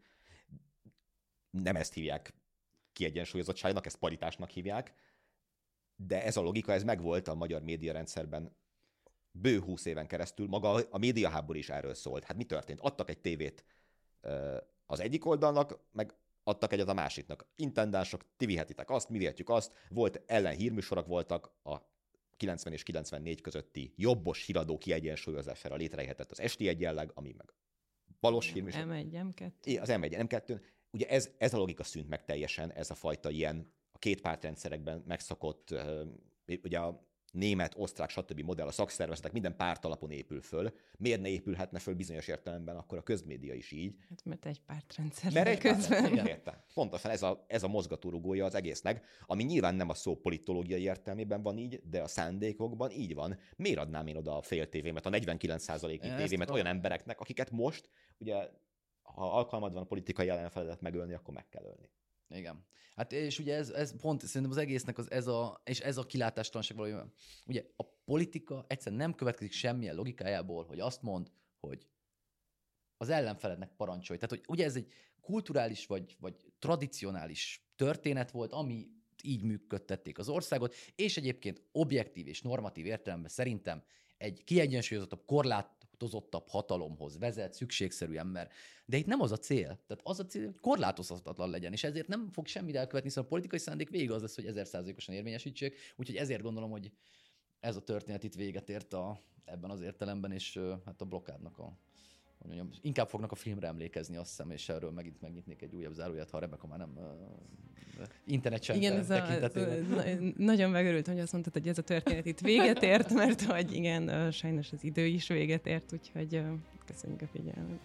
Nem ezt hívják kiegyensúlyozottságnak, ezt paritásnak hívják, de ez a logika, ez megvolt a magyar médiarendszerben bő húsz éven keresztül, maga a médiaháború is erről szólt. Hát mi történt? Adtak egy tévét az egyik oldalnak, meg adtak egyet a másiknak. Intendánsok, ti vihetitek azt, mi vihetjük azt. Volt ellen hírműsorok voltak a kilencven és kilencvennégy közötti jobbos híradó kiegyensúlyozására létrejöhetett az Esti Egyenleg, ami meg balos hírműsor. em egy, em kettő. Az em egy, em kettő. Ugye ez, ez a logika szűnt meg teljesen, ez a fajta ilyen a két pártrendszerekben megszokott, ugye a német, osztrák, stb. Modell, a szakszervezetek minden párt alapon épül föl. Miért ne épülhetne föl bizonyos értelemben akkor a közmédia is így? Hát mert egy pártrendszer. Mert egy közben. Érte. Pontosan ez a, ez a mozgatórugója az egésznek, ami nyilván nem a szó politológiai értelmében van így, de a szándékokban így van. Miért adnám én oda a fél tévémet, a negyvenkilenc százaléknyi tévémet olyan embereknek, akiket most, ugye, ha alkalmad van a politikai ellenfeledet megölni, akkor meg kell ölni. Igen. Hát és ugye ez, ez pont szerintem az egésznek az, ez a, és ez a kilátástalanság valójában. Ugye a politika egyszerűen nem következik semmilyen logikájából, hogy azt mond, hogy az ellenfelednek parancsolj. Tehát, hogy ugye ez egy kulturális vagy, vagy tradicionális történet volt, ami így működtették az országot, és egyébként objektív és normatív értelemben szerintem egy kiegyensúlyozottabb, korlátozottabb hatalomhoz vezet szükségszerűen, mert de itt nem az a cél. Tehát az a cél, hogy korlátozhatatlan legyen, és ezért nem fog semmit elkövetni, hiszen a politikai szándék végig az lesz, hogy ezer százalékosan érvényesítsék, úgyhogy ezért gondolom, hogy ez a történet itt véget ért a, ebben az értelemben, és hát a blokkádnak a hogy mondjam, inkább fognak a filmre emlékezni, azt hiszem, és erről megint megnyitnék egy újabb záróját, ha a Rebeka már nem uh, internet sem igen, ez a, na, nagyon megörültem, hogy azt mondtad, hogy ez a történet itt véget ért, mert hogy igen, uh, sajnos az idő is véget ért, úgyhogy uh, köszönjük a figyelmet.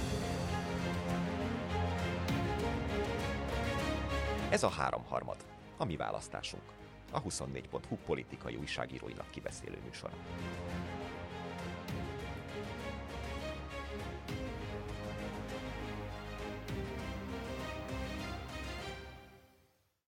Ez a háromharmad, a mi választásunk, a huszonnégy pont hu politikai újságíróinak kibeszélő műsora.